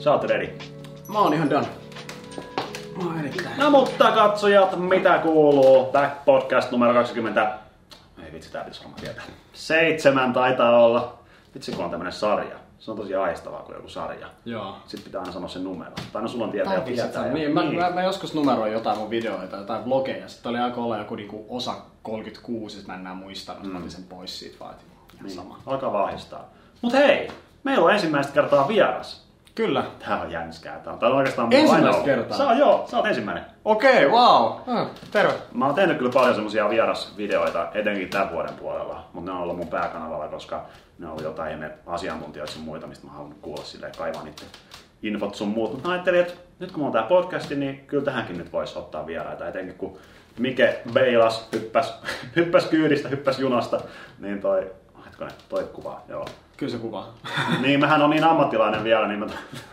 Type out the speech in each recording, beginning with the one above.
Sä oot ready. Mä oon ihan done. Mä oon erittäin. No mutta katsojat, mitä kuuluu? Back podcast numero 20. Ei vitsi, tää pitäis varmaan tietää. 7 taitaa olla. Vitsi kun on tämmönen sarja. Se on tosi ahdistavaa kuin joku sarja. Joo. Sitten pitää aina sanoa sen numero. Tai no sulla on tietää ja tietää. Niin, mä joskus numeroin jotain mun videoita, jotain vlogeja. Sitten oli aika olla joku niinku osa 36, jos mä en enää muistanut. Mä otin sen pois siitä vaan. Ihan Niin. sama. Alkaa vahvistaa. Mut hei, meillä on ensimmäistä kertaa vieras. Kyllä. Tää on jänskää. Tää on oikeastaan Ensimmäistä kertaa? Sä oot ensimmäinen. Okei, wow. Terve. Mä oon tehnyt kyllä paljon semmosia vierasvideoita, etenkin tämän vuoden puolella, mutta ne on ollut mun pääkanavalla, koska ne on ollut jotain asiantuntijoita sun muita, mistä mä haluan kuulla silleen, kaivaa niitä infot sun muut. Mutta ajattelin, että nyt kun mulla on tää podcasti, niin kyllä tähänkin nyt vois ottaa vieraita, etenkin kun Mike beilas, hyppäs kyydistä, hyppäs junasta, niin toi kuva, joo. Kyllä se kuvaa. Niin, mähän on niin ammattilainen vielä, niin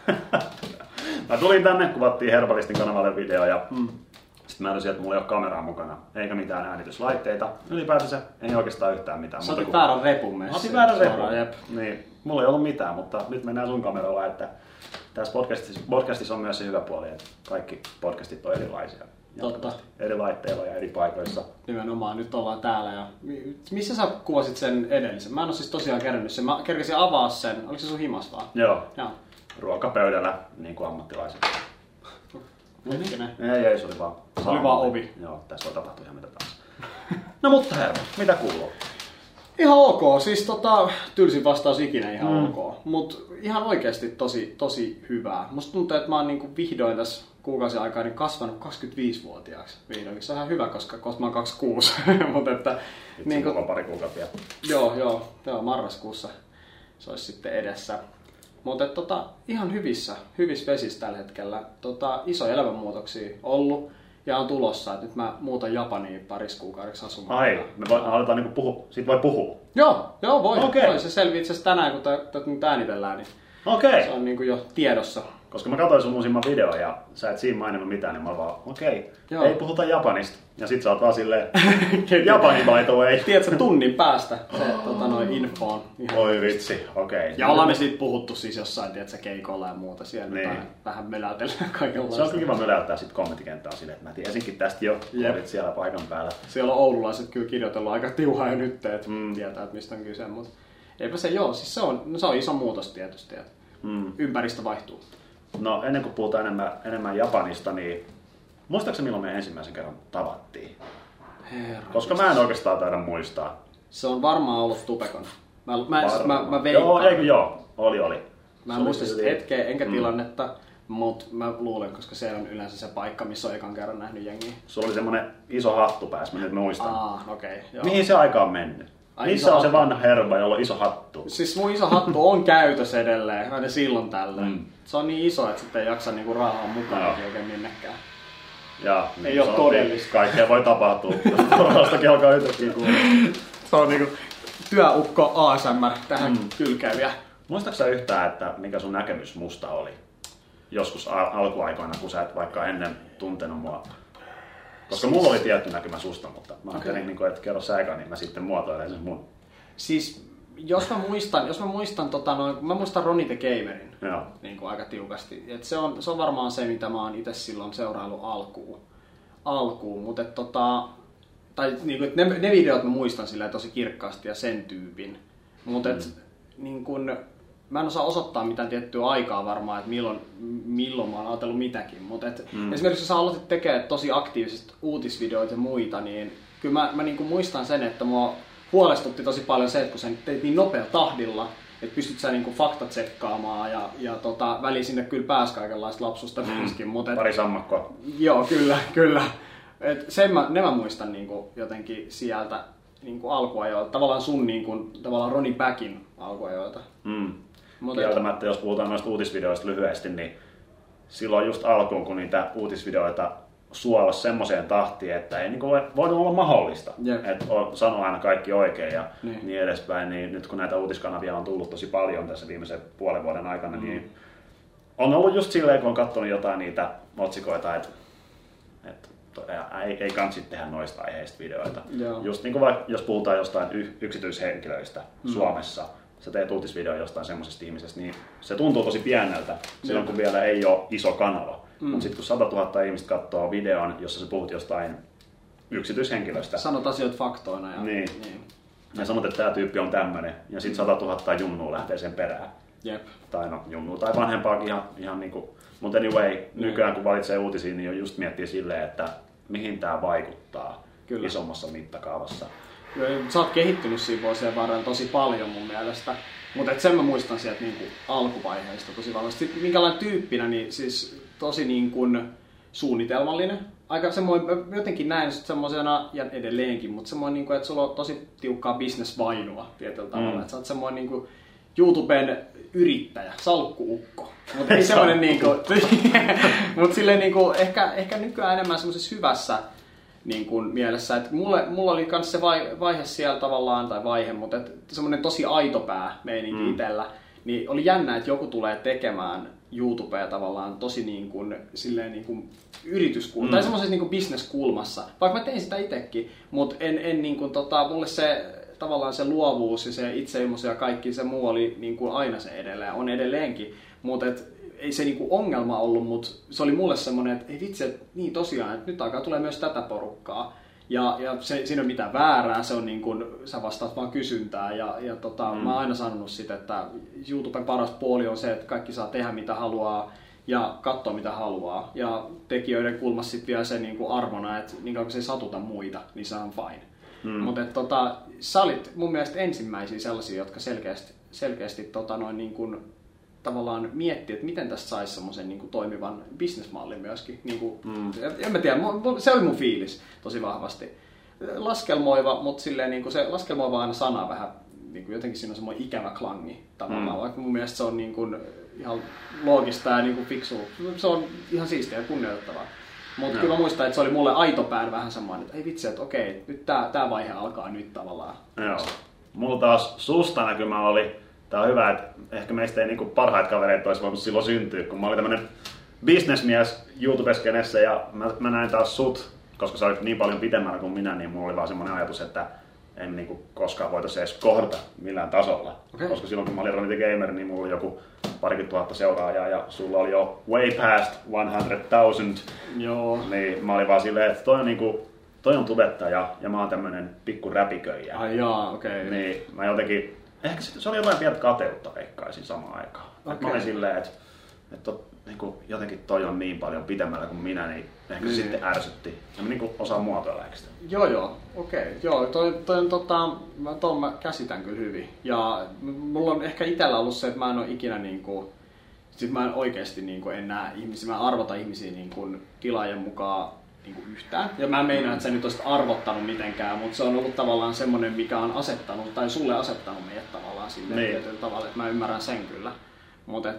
mä tulin tänne, kuvattiin Herbalistin kanavalle video ja sitten mä löysin, että mulla ei ole kameraa mukana, eikä mitään äänityslaitteita. Ylipäätänsä ei oikeastaan yhtään mitään. Sä otit väärän repun messiin. Mä otin väärän repun. Niin, mulla ei ollut mitään, mutta nyt mennään sun kameralla, että tässä podcastissa on myös se hyvä puoli, että kaikki podcastit on erilaisia. Totta. Eri laitteilla ja eri paikoissa. Nimenomaan, nyt ollaan täällä. Ja missä sä kuvasit sen edellisen? Mä en oo siis tosiaan kerännyt sen. Mä kerkesin avaa sen. Oliko se sun himas vaan? Joo. Joo. Ruokapöydällä, niin kuin ammattilaiset. Hetkinen. Ei, se oli vaan... Se oli vaan ovi. Joo, tässä voi tapahtua ihan mitä tahansa. No mutta herra, mitä kuuluu? Ihan ok, siis tylsin vastaus ikinä ihan ok. Mut ihan oikeesti tosi hyvää. Musta tuntuu, että mä oon niinku vihdoin tässä kuukausien aikaa niin kasvanut 25-vuotiaaksi vihdoinkin. Se on ihan hyvä, koska mä oon 26. Mut että niinku... on pari kuukautta vielä. Joo, marraskuussa se olisi sitten edessä. Mutta ihan hyvissä vesissä tällä hetkellä. Isoja elämänmuutoksia ollut. Ja on tulossa, että nyt mä muutan Japaniin parissa kuukaudeksi asumaan. Ai, me aletaan niinku puhua, siitä voi puhua? Joo, voi. Okay. Voi. Se selvii itse asiassa tänään, kun tätä nyt äänitellään, niin okay. Se on niinku jo tiedossa. Koska mä katsoin sun uusimman videon ja sä et siinä maininnut mitään, niin mä vaan ei puhuta Japanista. Ja sit sä oot vaan silleen, Japani by the way. Tiedätkö, tunnin päästä se info on. Oi vitsi, okei. Ja ollaan me siitä puhuttu siis jossain, tiedätkö, keikoilla ja muuta siellä. Niin. Vähän möläytellään kaikenlaista. Se on kiva möläyttää sit kommenttikenttää silleen, että mä tiesinkin tästä jo, kun olit siellä paikan päällä. Siellä on oululaiset kyllä kirjoitellut aika tiuhaa jo nyt, että tietää, että mistä on kyse. Mutta eipä se siis se on iso muutos tietysti, että ympäristö vaihtuu. No ennen kuin puhutaan enemmän Japanista, niin muistaakseni milloin me ensimmäisen kerran tavattiin? Herra. Koska mä en oikeastaan taida muistaa. Se on varmaan ollut Tupekon. Mä veikkaan. Joo, oli. Mä en muista sitä hetkeä enkä tilannetta, mutta mä luulen, koska se on yleensä se paikka, missä on ekan kerran nähnyt jengiä. Sulla oli semmonen iso hattu päässä, mä nyt muistan. Okei. Mihin se aika on mennyt? Missä on se vanha herba, jolla on iso hattu? Siis mun iso hattu on käytössä edelleen, aina silloin tällöin. Se on niin iso, että sitten ei jaksa niinku rahaa mukaan oikein minnekään. Ja, ei ole todellista. Kaikkea voi tapahtua. Rahastakin alkaa yhtäkkiä kuulla. Se on niinku työukko ASMR tähän kylkeviä. Muistatko sä yhtään, että mikä sun näkemys musta oli? Joskus alkuaikoina, kun sä et vaikka ennen tuntenut mua. Koska mulla oli tietty näkymä susta, mutta mä ajattelin, että kerro sä eka, niin mä sitten muotoilen sen mun. Siis, jos mä muistan, mä muistan Ronnie the Gamerin niin kuin aika tiukasti. Et se on varmaan se, mitä mä oon itse silloin seuraillut alkuun. Mutta tai niin kuin, ne videot mä muistan silleen tosi kirkkaasti ja sen tyypin. Mutta niin kuin, mä en osaa osoittaa mitään tiettyä aikaa varmaan, että milloin mä oon ajatellut mitäkin. Mutta esimerkiksi jos sä aloitit tekemään tosi aktiivisesti uutisvideoita ja muita, niin kyllä mä niin kuin muistan sen, että mua huolestutti tosi paljon se, että kun sä teit niin nopealla tahdilla, että pystyt sä niin kuin faktat tsekkaamaan ja väliin sinne kyllä pääsi kaikenlaista lapsusta myöskin. Pari sammakkoa. Joo, kyllä. Ne mä muistan niin kuin jotenkin sieltä niin kuin alkuajoilta. Tavallaan sun niin kuin, Ronnie Backin alkuajoilta. Kieltämättä, jos puhutaan noista uutisvideoista lyhyesti, niin silloin just alkuun, kun niitä uutisvideoita suolasi semmoiseen tahtiin, että ei niinku voinut olla mahdollista, että sanoo aina kaikki oikein ja niin edespäin, niin nyt kun näitä uutiskanavia on tullut tosi paljon tässä viimeisen puolen vuoden aikana, niin on ollut just silleen, kun on katsonut jotain niitä otsikoita, että ei kansi tehdä noista aiheista videoita. Just niin kuin vaikka jos puhutaan jostain yksityishenkilöistä Suomessa, sä teet uutisvideo jostain semmoisesta ihmisestä, niin se tuntuu tosi pieneltä silloin, kun vielä ei ole iso kanava. Mutta sitten kun 100 000 ihmistä katsoo videon, jossa sä puhut jostain yksityishenkilöstä. Sanot asioita faktoina. Niin. Ja sanot, että tämä tyyppi on tämmöinen. Ja sitten 100 000 junnua lähtee sen perään. Jep. Tai junnua tai vanhempaakin ihan niinku. Mutta anyway, nykyään kun valitsee uutisia, niin just miettii silleen, että mihin tämä vaikuttaa isommassa mittakaavassa. Sä oot kehittynyt siinä vuosien varrella tosi paljon mun mielestä. Mutta sen mä muistan sieltä niinku alkuvaiheesta tosi vahvasti. Minkälainen tyyppinä, niin siis tosi niinku suunnitelmallinen. Aika semmoinen, jotenkin näin semmoisena, ja edelleenkin, mutta semmoinen, niinku, että sulla on tosi tiukkaa business-vainua tietyllä tavalla. Että sä oot semmoinen niinku YouTuben yrittäjä, salkkuukko. Mutta ei semmoinen niinku, mutta silleen niinku, ehkä nykyään enemmän semmoisessa hyvässä niin kuin mielessä, että mulla oli myös se vaihe siellä tavallaan, tai vaihe, mutta semmoinen tosi aitopää meininki itsellä, niin oli jännä, että joku tulee tekemään YouTubea tavallaan tosi niin kuin, silleen niin kuin yrityskulmassa, tai semmoisessa niin kuin business-kulmassa, vaikka mä tein sitä itsekin, mutta en niin kuin, mulle se tavallaan se luovuus ja se itseilmaisu ja kaikki se muu oli niin kuin aina se edelleen, on edelleenkin, mutta ei se niinku ongelma ollut, mutta se oli mulle semmoinen, että ei vitsi, että niin tosiaan, että nyt alkaa tulee myös tätä porukkaa. Ja siinä ei ole mitään väärää, se on niin kuin, sä vastaat vaan kysyntää. Mä oon aina sanonut sitä, että YouTuben paras puoli on se, että kaikki saa tehdä mitä haluaa ja katsoa mitä haluaa. Ja tekijöiden kulmassa sitten vielä se niin kuin arvona, että niin kauan kun se ei satuta muita, niin se on fine. Mutta sä olit mun mielestä ensimmäisiä sellaisia, jotka selkeästi niin kuin, tavallaan miettiä, että miten tästä saisi semmoisen niin kuin toimivan bisnesmallin myöskin. Niin kuin, en mä tiedä, se oli mun fiilis tosi vahvasti. Laskelmoiva, mutta silleen, niin kuin se laskelmoiva aina sana vähän, niin kuin jotenkin siinä on semmoinen ikävä klangi tavallaan, vaikka mun mielestä se on niin kuin ihan loogista ja niin kuin fiksu. Se on ihan siistiä ja kunnioittavaa. Mutta kyllä mä muistan, että se oli mulle aitopään vähän semmoinen, että ei vitsi, että okei, nyt tää vaihe alkaa nyt tavallaan. Joo. Mulla taas susta näkymä oli, tää on hyvä, että ehkä meistä ei niinku parhaita kavereita olisi voinut silloin syntyä, kun mä olin tämmönen businessmies YouTube-skenessä ja mä näin taas sut, koska sä olit niin paljon pitemmällä kuin minä, niin mulla oli vaan semmoinen ajatus, että en niinku koskaan voitaisi edes kohdata millään tasolla. Okay. Koska silloin kun mä olin Ronnie the Gamer, niin mulla oli joku 20 000 seuraajaa ja sulla oli jo way past 100,000. Joo. Niin mä olin vaan silleen, että toi on tubettaja ja mä oon tämmönen pikku räpiköijä. Ai jaa, okei. Okay. Niin mä jotenkin, ehkä se oli jotain pientä kateutta veikkaisin samaan aikaan. Okay. Mä olin silleen, että niin jotenkin toi on niin paljon pitemmällä kuin minä, niin ehkä se sitten ärsytti. Ja mä niin osaan muotoilla sitä. Joo, okei. Joo, toi mä käsitän kyllä hyvin. Ja mulla on ehkä itsellä ollut se, että mä en ole ikinä mä en oikeesti en näe ihmisiä, mä en arvota ihmisiä tilaajan mukaan yhtään. Ja mä meinaan, että sä nyt olisit arvottanut mitenkään, mutta se on ollut tavallaan semmonen, mikä on asettanut, tai sulle asettanut meidät tavallaan silleen tietyllä tavalla, että mä ymmärrän sen kyllä. Mutta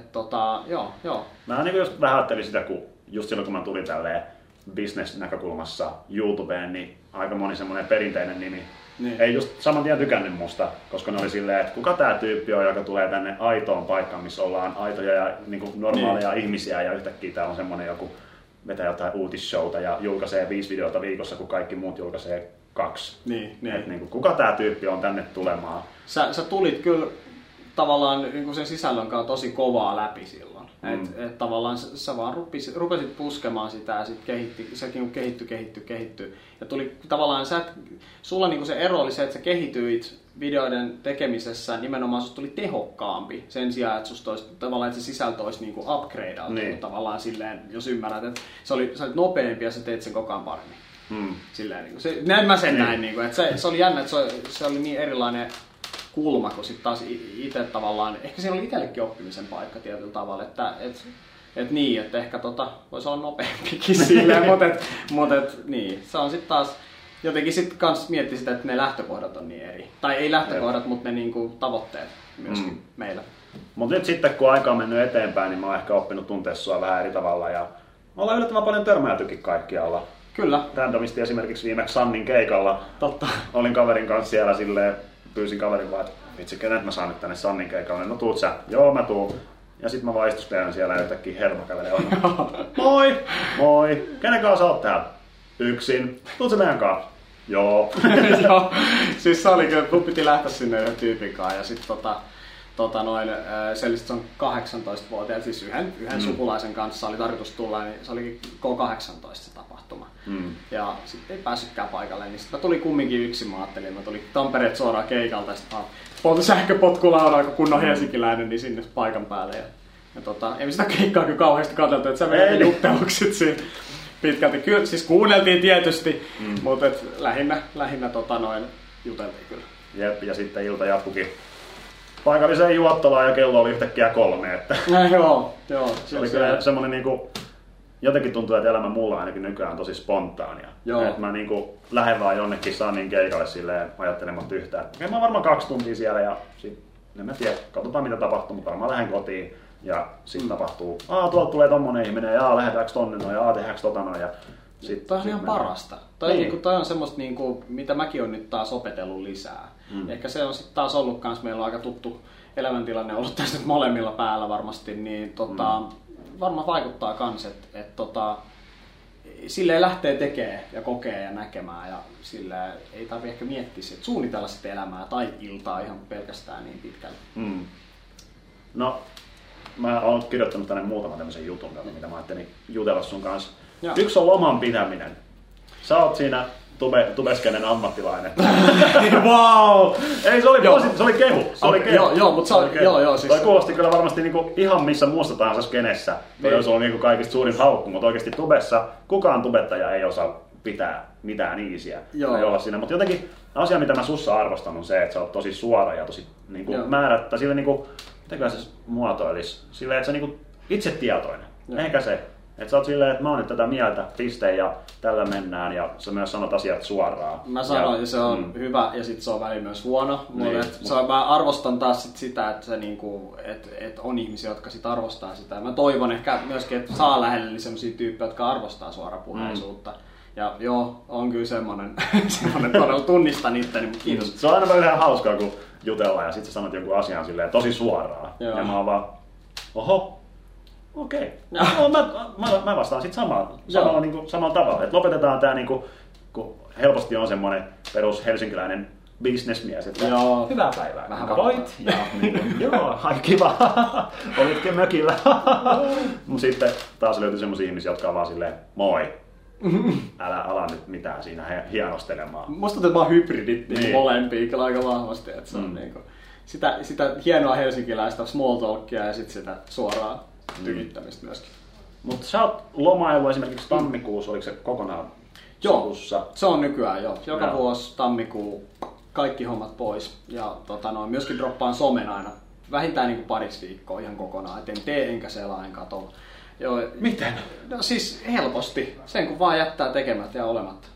joo. Mä just vähän ajattelin sitä, kun just silloin kun mä tulin tälleen business-näkökulmassa YouTubeen, niin aika moni semmoinen perinteinen nimi ei just saman tien tykännyt musta, koska ne oli silleen, että kuka tää tyyppi on, joka tulee tänne aitoon paikkaan, missä ollaan aitoja ja normaaleja ihmisiä ja yhtäkkiä täällä on semmonen joku vetää jotain uutisshowta ja julkaisee 5 videota viikossa, kun kaikki muut julkaisee 2. Niin. Kuka tää tyyppi on tänne tulemaan? Sä tulit kyllä tavallaan sen sisällön kanssa tosi kovaa läpi silloin. Et tavallaan sä vaan rupesit puskemaan sitä ja sekin kehittyi. Ja tuli tavallaan sulla se ero oli se, että sä kehityit videoiden tekemisessä nimenomaan susta tuli tehokkaampi sen sijaan, että susta olisi, tavallaan että se sisältö olisi upgradeautunut tavallaan silleen, jos ymmärrät, että sä olit nopeampi ja sä teit sen koko ajan paremmin. Silleen näin mä sen näin että se oli jännä, että se oli niin erilainen kulma, kun sitten taas itse tavallaan, ehkä siinä oli itsellekin oppimisen paikka tietyllä tavalla, että ehkä voisi olla nopeampikin silleen, mutta niin, se on sitten taas, jotenkin sitten kans miettii sitä, että ne lähtökohdat on niin eri. Tai ei lähtökohdat, mutta ne tavoitteet myöskin meillä. Mutta nyt sitten kun aika on mennyt eteenpäin, niin mä oon ehkä oppinut tuntea sua vähän eri tavalla ja me ollaan yllättävän paljon törmäytykin kaikkialla. Kyllä. Randomisti esimerkiksi viimeksi Sannin keikalla. Totta. Olin kaverin kanssa siellä silleen, pyysin kaverin vaan, että vitsi, kenet mä saan nyt tänne Sannin keikalle? No tuut sä. Joo, mä tuun. Ja sit mä vaan istuskelen siellä ja yhtäkkiä hermo kävelee on. Moi! Kenen kanssa sä oot täällä? Yksin. Tuut sä meidän kanssa? Joo. Joo, siis se oli kyllä, mun piti lähteä sinne yhden tyypin kanssa ja sitten se on 18-vuotiaat, siis yhden sukulaisen kanssa oli tarkoitus tulla, niin se oli K18 se tapahtuma. Ja sitten ei päässytkään paikalle, niin sitten mä tulin kumminkin yksin, mä ajattelin, mä tulin Tampereet suoraan keikalta ja sitten poltin sähköpotkulaudaa, kun kunnon helsinkiläinen, niin sinne paikan päälle. Ei me sitä keikkaa kyllä kauheasti katseltu, että sä menet juttelukset siinä pitkälti. Kyllä, siis kuunneltiin tietysti, mutta lähinnä juteltiin kyllä. Jep, ja sitten ilta jatkukin paikalliseen Juottolaan ja kello oli yhtäkkiä 3. Että joo. Se oli kyllä semmoinen niinku, jotenkin tuntuu, että elämä mulla ainakin nykyään on tosi spontaania. Että mä niinku lähden vaan jonnekin Sannin keikalle silleen ajattelematta yhtään. Okei, mä oon varmaan 2 tuntia siellä ja sit, en mä tiedä, katsotaan mitä tapahtuu, mutta mä lähden kotiin ja sit tapahtuu, tuolta tulee tommonen ihminen ja lähdetäänkö tonne noin ja tehdäänkö noin ja toi on ihan parasta. Toi on semmoista, mitä mäkin on nyt taas opetellut lisää. Ehkä se on sitten taas ollut kans, meillä on aika tuttu elämäntilanne ollut tässä nyt molemmilla päällä varmasti, niin varmaan vaikuttaa kans, että silleen lähtee tekemään ja kokee ja näkemään ja silleen ei tarvitse ehkä miettiä että suunnitella sitä elämää tai iltaa ihan pelkästään niin pitkälle. No, mä oon kirjoittanut tänne muutaman tämmöisen jutun, mitä mä ajattelin jutella sun kanssa. Yksi on loman pitäminen. Sä oot siinä tubeskenen ammattilainen. Wow! Ei, se oli kehu. Se oli kehu. Joo, mutta siis toi kuulosti kyllä varmasti niinku ihan missä muussa tahansa skenessä. Toi olisi ollut niinku kaikista suurin haukku, mutta oikeasti tubessa kukaan tubettaja ei osaa pitää mitään iisiä. Olla siinä. Mutta jotenkin asia, mitä mä sussa arvostan, on se, että sä oot tosi suora ja tosi niinku määrättä. Sille niinku, mitenköhän se muotoilisi? Silleen, että sä niinku itsetietoinen. Ehkä se. Että sä oot silleen, että mä oon nyt tätä mieltä, piste ja tällä mennään ja sä myös sanot asiat suoraan. Mä sanon ja se on hyvä ja sit se on välillä myös huono. Mä arvostan taas sitä, että se niinku, et on ihmisiä, jotka sit arvostaa sitä. Mä toivon ehkä myöskin, että saa lähelle sellaisia tyyppejä, jotka arvostaa suorapuheisuutta. Ja on kyllä semmonen todella tunnistan itteni, mutta kiitos. Se on aina vähän hauskaa, kun jutellaan ja sit sä sanot jonkun asian silleen tosi suoraan. Ja mä oon vaan, oho. Okei. No, mä vastaan sitten samalla tavalla. Et lopetetaan tää niinku, kun helposti on semmonen perus helsinkiläinen businessmies, että hyvää päivää. Vähän voit. Ja joo, kiva. Olitkin mökillä. Mut sitten taas löytyy semmosia ihmisiä, jotka on vaan silleen moi. Älä ala nyt mitään siinä hienostelemaan. Musta tuntuu, että mä oon hybridit molempia aika vahvasti, että se on niinku sitä hienoa helsinkiläistä small talkia ja sit sitä suoraa tykittämistä myöskin. Mutta sä oot lomaillut esimerkiksi tammikuussa, oliko se kokonaan sovussa? Se on nykyään joka vuosi tammikuu kaikki hommat pois ja myöskin droppaan somen aina vähintään niin kuin pariksi viikkoa ihan kokonaan, et en tee enkä selaa en katso. Miten? No siis helposti, sen kun vaan jättää tekemättä ja olematta.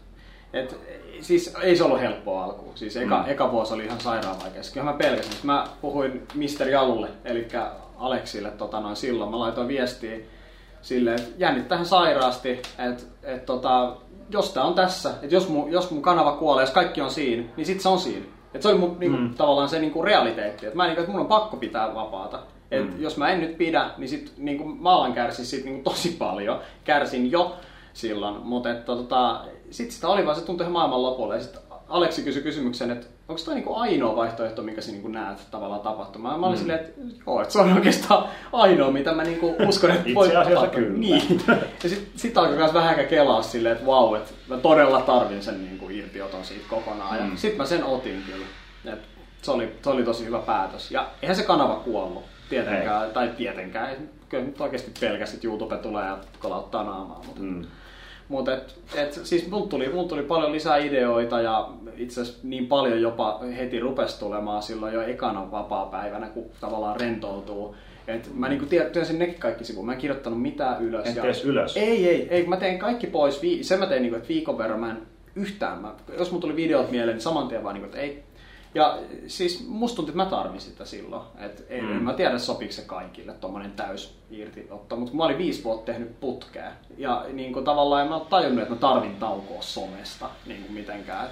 Siis ei se ollut helppoa alkuun, siis eka vuosi oli ihan sairaan vaikea. Kyllä mä pelkäsin, mä puhuin Mr. Jalulle, eli Aleksille silloin, mä laitoin viestiä silleen, että jännittää sairaasti, että jos tää on tässä, että jos mun kanava kuolee, jos kaikki on siinä, niin sit se on siinä. Että se oli mun tavallaan se niinku realiteetti, että että mun on pakko pitää vapaata. Et jos mä en nyt pidä, niin sit niinku mä alan kärsiä siitä niinku tosi paljon, kärsin jo silloin, mutta sit sitä oli vaan, se tuntui ihan maailman lopulle. Ja sit Aleksi kysyi kysymyksen, että onko toi niinku ainoa vaihtoehto, minkä sä niinku näet tavallaan tapahtumaan. Mä olin silleen, että joo, että se on oikeastaan ainoa, mitä mä niinku uskon, että voi tapahtua. Niin. Ja sit alkoi myös vähän kelaa silleen, että vau, että mä todella tarvin sen niinku irtioton siitä kokonaan. Ja sit mä sen otin kyllä. Et se oli tosi hyvä päätös. Ja eihän se kanava kuollut tietenkään. Kyllä nyt oikeasti pelkästään YouTube tulee ja kolauttaa naamaa. Mutta siis mulla tuli paljon lisää ideoita ja itse asiassa niin paljon jopa heti rupesi tulemaan silloin jo ekana vapaapäivänä, kun tavallaan rentoutuu. Et mä niinku työnsin nekin kaikki sivuun. Mä en kirjoittanut mitään ylös. Et tees ylös? Ei. Mä tein kaikki pois. Sen mä tein, niinku, että viikon verran mä en yhtään. Jos mun tuli videot mieleen, niin saman tien vaan, niinku, että ei. Ja siis musta tuntuu, että mä tarvitsin sitä silloin. En mä tiedä, sopiiko se kaikille tommonen täys irtiotto, mutta mä olin 5 vuotta tehnyt putkea. Ja niin kuin tavallaan en mä tajunnut, että mä tarvin taukoa somesta niin kuin mitenkään.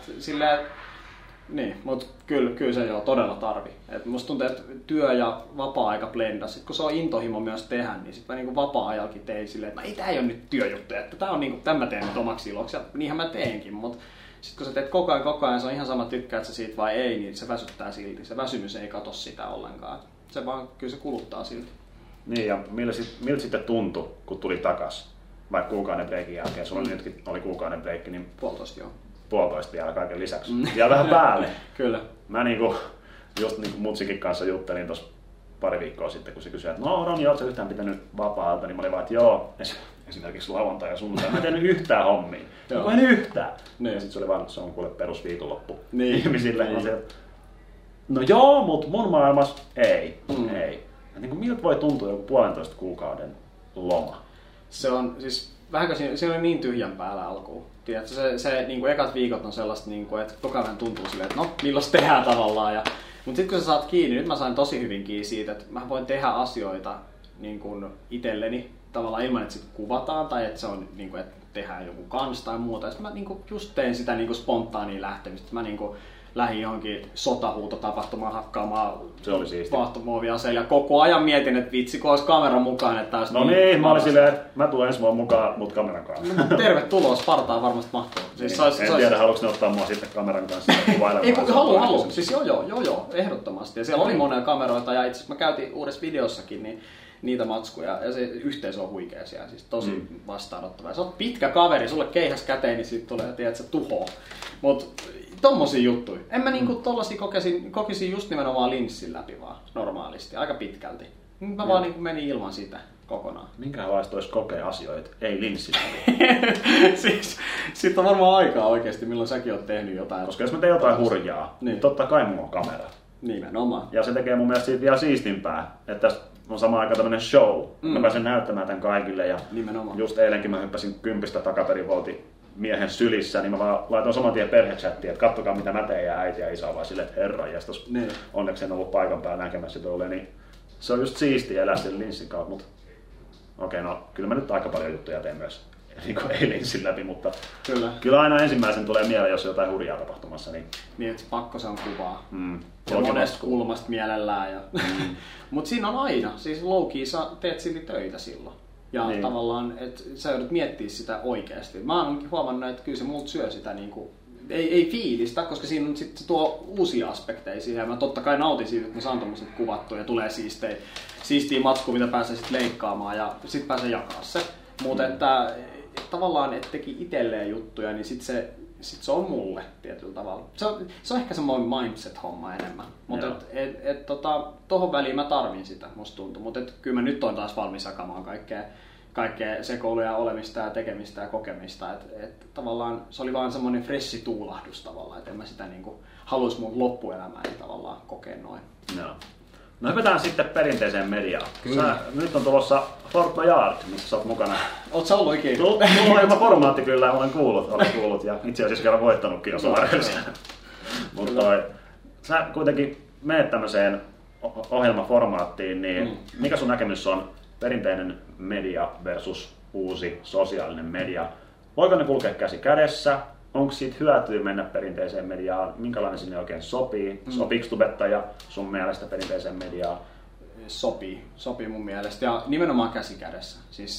Mutta kyllä se jo todella tarvi. Musta tuntuu, että työ ja vapaa-aika blendas. Sitten kun se on intohimo myös tehdä, niin sitten mä niin vapaa-ajallakin tein silleen, että tää ei ole nyt työjuttuja, että tää on niin kuin, tämän mä teen nyt omaksi iloksi. Ja niinhän mä teenkin, mutta Sitten kun sä teet koko ajan, se on ihan sama tykkäät sä siitä vai ei, niin se väsyttää silti. Se väsymys ei kato sitä ollenkaan. Kyllä se kuluttaa silti. Niin, ja miltä sitten tuntui, kun tuli takas? Vaikka kuukauden breikin jälkeen, sulla nytkin oli kuukauden breikki, niin 1,5 joo. 1,5 vielä kaiken lisäksi. Ja vähän päälle. Kyllä. Mä just Mutsikin kanssa juttelin tuossa pari viikkoa sitten, kun se kysyi, että no Roni, ootko sä yhtään pitänyt vapaalta? Niin mä olin vaan, että joo, esimerkiksi lauantai ja sunnuntai. Mä en tehnyt yhtään hommia. En yhtään. Niin. Ja sit se oli vaan, se on kuule perusviikonloppu ihmisille. Niin. No joo, mut mun maailmassa ei. Niin kuin miltä voi tuntua joku 1,5 kuukauden loma? Se on siis vähänkö siinä oli niin tyhjän päällä alkuun. Tiedätkö, se niin kuin ekat viikot on sellaista, niin kuin, että koko ajan tuntuu silleen, että no milloin tehdään tavallaan. Mutta sitten kun sä saat kiinni, nyt mä sain tosi hyvin kiinni siitä, että mä voin tehdä asioita niin kuin itselleni tavallaan ilman, että sit kuvataan tai että se on niin kuin, että tehdään joku kanssa tai muuta. Ja mä niin kuin, just tein sitä niin kuin spontaania lähtemistä. Mä niin kuin, lähdin johonkin sotahuutotapahtumaan hakkaamaan vaahtomuoviaseilla ja koko ajan mietin, että vitsi, kun olisi kamera mukaan. Että no niin, mä olin silleen, että mä tulen ensi vuonna mukaan, mutta kameran kanssa. No, tervetuloa, Spartaan varmasti mahtuu. Siis en tiedä, haluatko ne ottaa mua sitten kameran kanssa kuvailemaan. Ei, halu. Siis joo, ehdottomasti. Ja siellä oli monia kameroita ja itse asiassa mä käytin uudessa videossakin niin niitä matskuja ja se yhteisö on huikea siellä, siis tosi vastaanottava. Ja sä oot pitkä kaveri, sulle keihäs käteen, niin siitä tulee, tiedät, se tuhoaa. Mut tommosia juttuja. En mä niinku tollasia kokisin just nimenomaan linssin läpi vaan normaalisti, aika pitkälti. Mä vaan niinku menin ilman sitä kokonaan. Minkälaista olisi kokea asioita, ei linssin läpi? Siis, siitä on varmaan aikaa oikeesti, milloin säkin oot tehnyt jotain. Koska jos mä teen jotain hurjaa, niin totta kai mulla on kamera. Nimenomaan. Ja se tekee mun mielestä siitä vielä siistimpää, että tässä on samaan aikaan tämmönen show. Mä pääsen näyttämään tämän kaikille ja nimenomaan. Just eilenkin mä hyppäsin 10 takaperivolti miehen sylissä, niin mä vaan laitoin saman tien perhechattiin, että kattokaa mitä mä teen ja äiti ja isä on vaan silleen, että herranjestas, onneksi en ollut paikan päällä näkemässä tolleen, niin se on just siistiä elää sen linssin kautta, mutta okei, no kyllä mä nyt aika paljon juttuja teen myös, niin kuin ei linssin läpi, mutta kyllä aina ensimmäisen tulee mieleen, jos on jotain hurjaa tapahtumassa. Niin, että pakko se on kuvaa. Ja monesta kulmasta mielellään. Mutta siinä on aina, siis low-key sä teet silti töitä silloin. Ja niin. Tavallaan, että sä joudut miettimään sitä oikeasti. Mä oon huomannut, että kyllä se multa syö sitä niinku, ei fiilistä, koska siinä on sit, se tuo uusia aspekteja siihen. Ja mä totta kai nautin siitä, että mä saan tommoset kuvattua ja tulee siistiä matskua, mitä pääsee sit leikkaamaan ja sit pääsee jakaa se. Mutta että tavallaan, että teki itselleen juttuja, niin sit se on mulle tietyllä tavalla. Se on ehkä semmoinen mindset-homma enemmän. Mutta tohon väliin mä tarvin sitä, musta tuntuu. Mutta kyllä mä nyt on taas valmis jakamaan kaikkea sekoiluja, olemista ja tekemistä ja kokemista. Et tavallaan se oli vaan semmoinen freshi tuulahdus tavallaan, että en mä sitä niinku haluaisi mun loppuelämääni tavallaan kokea noin. No hypätään sitten perinteiseen mediaan. Nyt on tulossa Fort Boyard, missä sä oot mukana. Oot sä ollut ikinä? Mulla on formaatti kyllä, olen kuullut ja itse asiassa vielä voittanutkin jos on Mutta sä kuitenkin menet tämmöiseen ohjelmaformaattiin, niin mikä sun näkemys on perinteinen media versus uusi sosiaalinen media? Voiko ne kulkea käsi kädessä? Onko siitä hyötyä mennä perinteiseen mediaan? Minkälainen sinne oikein sopii? Sopiiko tubettaja sun mielestä perinteiseen mediaan? Sopii mun mielestä ja nimenomaan käsi kädessä. Siis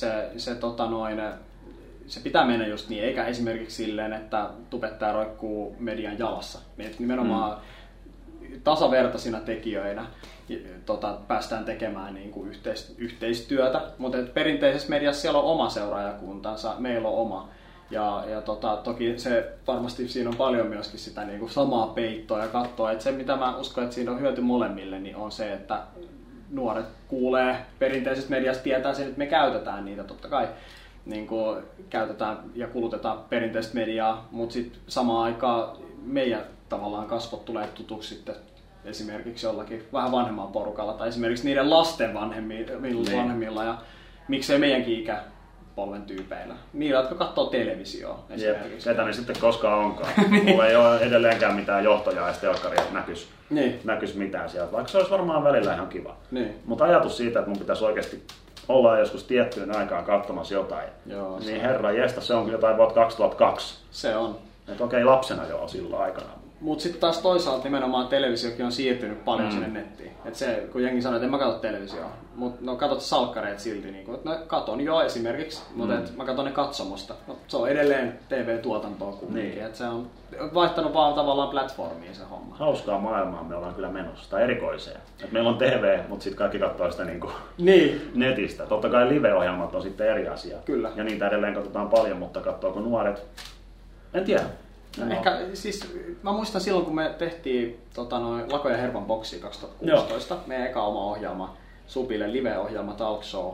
se pitää mennä just niin, eikä esimerkiksi silleen, että tubettaja roikkuu median jalassa. Et nimenomaan tasavertaisina tekijöinä päästään tekemään niin kuin yhteistyötä, mutta perinteisessä mediassa siellä on oma seuraajakuntansa, meillä on oma. Ja toki se varmasti siinä on paljon myöskin sitä niin kuin samaa peittoa ja katsoa, että se mitä mä uskon, että siinä on hyöty molemmille, niin on se, että nuoret kuulee perinteisessä mediassa, tietää sen, että me käytetään niitä totta kai. Niin kuin käytetään ja kulutetaan perinteistä mediaa, mutta sitten samaan aikaan meidän tavallaan kasvot tulee tutuksi sitten esimerkiksi jollakin vähän vanhemmalla porukalla tai esimerkiksi niiden lasten vanhemmilla ja miksei meidänkin ikäpolven tyypeillä. Niillä, jotka katsoo televisioa esimerkiksi. Ketä ne sitten koskaan onkaan. Mulla ei ole edelleenkään mitään johtajaa ja telkkaria näkys mitään sieltä, vaikka se olisi varmaan välillä ihan kiva. Mutta ajatus siitä, että mun pitäisi oikeasti olla joskus tiettyyn aikaan katsomassa jotain, niin herra jesta, se on jotain vuotta 2002. Se on. Että okei, lapsena joo silloin aikana. Mutta sitten taas toisaalta nimenomaan televisiokin on siirtynyt paljon sinne nettiin. Et se, kun jengi sanoo, että en mä katso televisioa, mutta no katsot salkkareet silti. Niin että no, katon jo esimerkiksi, mutta mä katon ne katsomosta. No, se on edelleen TV-tuotantoa kumminkin. Niin. Se on vaihtanut vaan tavallaan platformiin se homma. Hauskaa maailmaa me ollaan kyllä menossa, tai erikoiseen. Et meillä on TV, mutta sitten kaikki katsoo sitä netistä. Totta kai live-ohjelmat on sitten eri asia. Kyllä. Ja niitä edelleen katsotaan paljon, mutta katsoako nuoret? En tiedä. No. Ehkä, siis, mä muistan silloin, kun me tehtiin Lako ja Hervan boxia 2016, meidän eka oma ohjelma, Supille live-ohjelma Talk Show.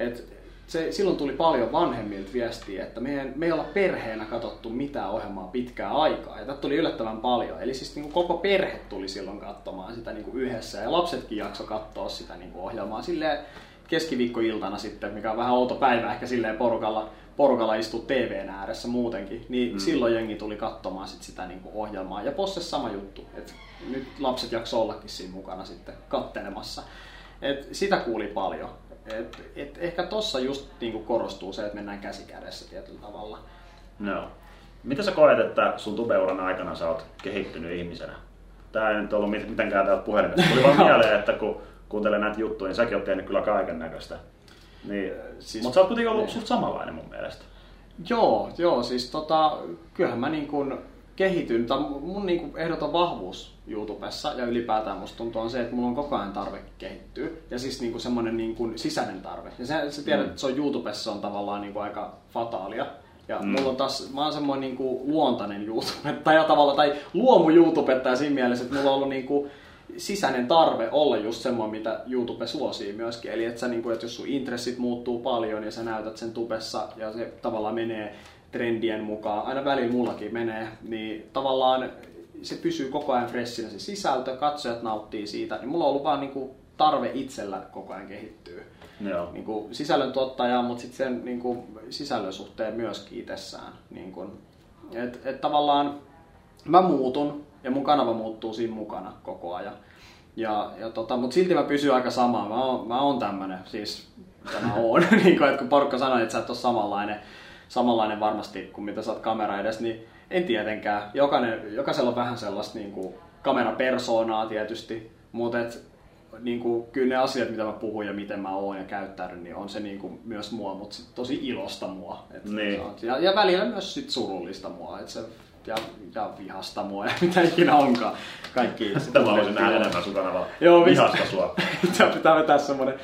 Silloin tuli paljon vanhemmilta viestiä, että me ei olla perheenä katsottu mitään ohjelmaa pitkään aikaa. Ja tätä tuli yllättävän paljon. Eli siis niin kuin koko perhe tuli silloin katsomaan sitä niin kuin yhdessä. Ja lapsetkin jakso katsoa sitä niin kuin ohjelmaa silleen keskiviikkoiltana sitten, mikä on vähän outo päivä ehkä silleen porukalla istuu TV:n ääressä muutenkin, niin silloin jengi tuli katsomaan sitä niinku ohjelmaa. Ja Possessa sama juttu, että nyt lapset jaksoi ollakin siinä mukana sitten kattelemassa. Sitä kuuli paljon. Ehkä tossa just niinku korostuu se, että mennään käsi kädessä tietyllä tavalla. No. Mitä sä koet, että sun tubeuran aikana sä oot kehittynyt ihmisenä? Tää ei nyt ollut mitenkään täältä puhelimesta. Tuli vaan mieleen, että kun kuuntelee näitä juttuja, niin säkin oot tehnyt kyllä kaiken näköistä. Niin, siis, mutta sä oot kuitenkin ollut suht samanlainen mun mielestä. Joo, siis kyllähän mä niin kuin kehityn, tai mun niin kuin ehdoton vahvuus YouTubessa ja ylipäätään musta tuntuu on se, että mulla on koko ajan tarve kehittyä. Ja siis niin kuin semmoinen niin kuin sisäinen tarve. Ja sä tiedät, että se on YouTubessa on tavallaan niin kuin aika fataalia. Ja mulla on taas, mä oon semmoinen niin kuin luontainen YouTubettaja tavallaan, tai luomu YouTubettaja siinä mielessä, että mulla on ollut niin kuin sisäinen tarve olla just semmoinen, mitä YouTube suosii myöskin. Eli että jos sun intressit muuttuu paljon ja sä näytät sen tubessa ja se tavallaan menee trendien mukaan, aina välillä mullakin menee, niin tavallaan se pysyy koko ajan freshinä se sisältö, katsojat nauttii siitä, niin mulla on ollut vaan niinku tarve itsellä koko ajan kehittyä. Niinku sisällön tuottaja, mutta sitten sen niinku sisällön suhteen myöskin itsessään. Niinku, tavallaan mä muutun ja mun kanava muuttuu siinä mukana koko ajan. Mutta silti mä pysyn aika sama. Mä oon tämmönen, siis mitä mä oon. Niin kun porukka sanoo, että sä et ole samanlainen varmasti kuin mitä sä oot kamera edes, niin en tietenkään. Jokaisella on vähän sellaista niin kuin kamerapersoonaa tietysti, mutta niin kuin, kyllä ne asiat, mitä mä puhun ja miten mä oon ja käyttäydyn, niin on se niin kuin myös mua, mutta tosi ilosta mua. Niin. Ja välillä myös sit surullista mua. Ja vihasta mua ja mitä ikinä onkaan. Kaikki. Sitä mä haluaisin nähdä enemmän sun kanavalla. Vihasta sua. Pitää vetää semmonen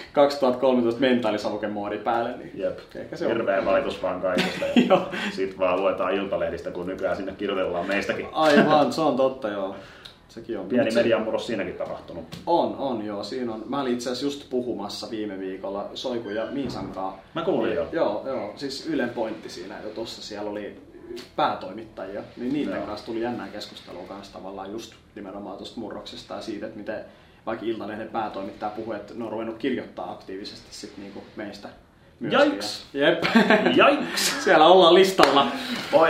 2013 mentaalisavukemoodi päälle. Niin jep. Hirveä valitus vaan kaikesta. Sitten vaan luetaan Iltalehdistä, kun nykyään sinne kirjoitellaan meistäkin. Aivan, se on totta, joo. Sekin on. Pieni medianmurros siinäkin tapahtunut. On, joo. Siinä on. Mä olin itse asiassa just puhumassa viime viikolla Soiku ja Miisan kanssa. Mä kuulin jo. Joo. Siis Ylen pointti siinä jo tossa. Siellä oli päätoimittajia, niin niiden kanssa tuli jännää keskustelua kanssa tavallaan just nimenomaan tuosta murroksesta ja siitä, että miten vaikka Iltalehden päätoimittaja puhui, että ne on ruvennut kirjoittaa aktiivisesti sit niinku meistä myöskin. Jaiks! Jep. Jaiks! Siellä ollaan listalla. Voi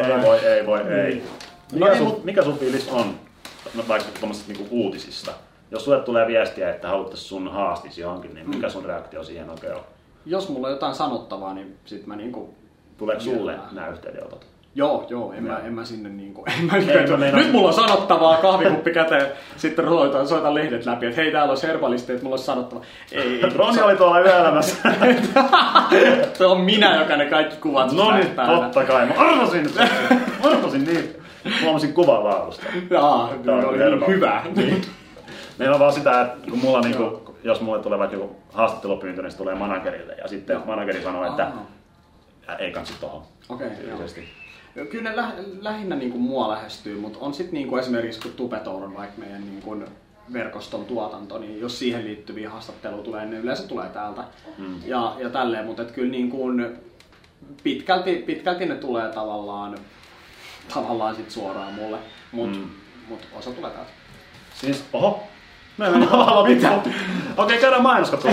ei. Mikä sun fiilis on vaikka tuommoisista niinku uutisista? Jos sulle tulee viestiä, että haluttaisiin sun haastisi johonkin, niin mikä sun reaktio siihen oikein on? Jos mulla on jotain sanottavaa, niin sit mä niinku... Tuleeko sulle nämä yhteydenotot? Joo, en mä sinne niinku... Nyt mulla on sanottavaa, kahvikuppi käteen, sitten soitan lehdet läpi, että hei, täällä olisi herbalisti, että mulla olisi sanottavaa. Ei. Roni oli tuolla yöelämässä. Se on minä, joka ne kaikki kuvat no niin, totta kai. Mä arvasin niin. Huomasin kuvan laadusta. Jaa, oli niin hyvä. Niin. Meillä on vaan sitä, että kun mulla niinku, jos mulle tulee vaikka joku haastattelupyyntö, niin se tulee managerille. Ja sitten manageri sanoo, että ei kansi tohon. Okei, kyllä ne lähinnä niinku mua lähestyy, mutta on sitten niinku esimerkiksi kun Tubetour on vaikka meidän niinku verkoston tuotanto, niin jos siihen liittyviä haastatteluja tulee, niin yleensä tulee täältä. Ja tälleen, mutta kyllä niinku pitkälti ne tulee tavallaan sit suoraan mulle, mut osa tulee täältä. Siis, oho! Mä en mitään. Okei, käydään mainoskatko.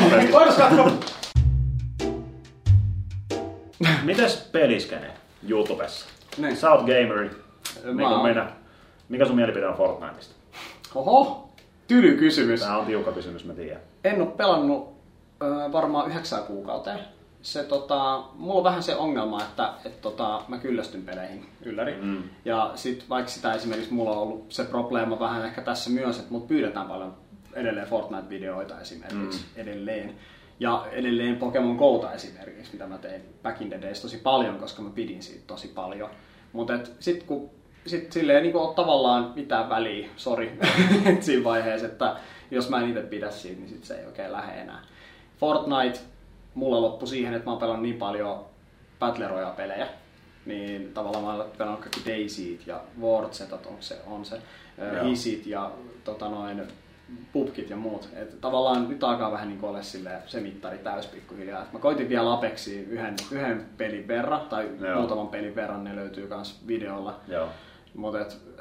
Mites peliskene YouTubessa? Niin. Sä oot gameri, niin kuin minä. Mikä sun mielipide on Fortniteista? Oho, tyly kysymys. Tää on tiukka kysymys, mä tiedän. En oo pelannut varmaan 9 kuukauteen. mulla on vähän se ongelma, että mä kyllästyn peleihin ylläri. Ja sit vaikka sitä esimerkiksi mulla on ollut se probleema vähän ehkä tässä myös, että mut pyydetään paljon edelleen Fortnite-videoita esimerkiksi edelleen. Ja edelleen Pokemon Gota esimerkiksi, mitä mä tein back in the days tosi paljon, koska mä pidin siitä tosi paljon. Mutta sit silleen ei niinku ole tavallaan mitään väliä, sori, siinä vaiheessa, että jos mä en itse pidä siitä, niin sit se ei oikein lähde enää. Fortnite mulla loppui siihen, että mä oon pelannut niin paljon Battle Royale-pelejä, niin tavallaan mä oon pelannut kaikki Daisyt ja Wardsetat on se Hisit ja pubkit ja muut. Et tavallaan nyt alkaa vähän niin olla se mittari täys pikkuhiljaa. Et mä koitin vielä Apexia yhden pelin verran, tai muutaman pelin verran, ne löytyy myös videolla. Mutta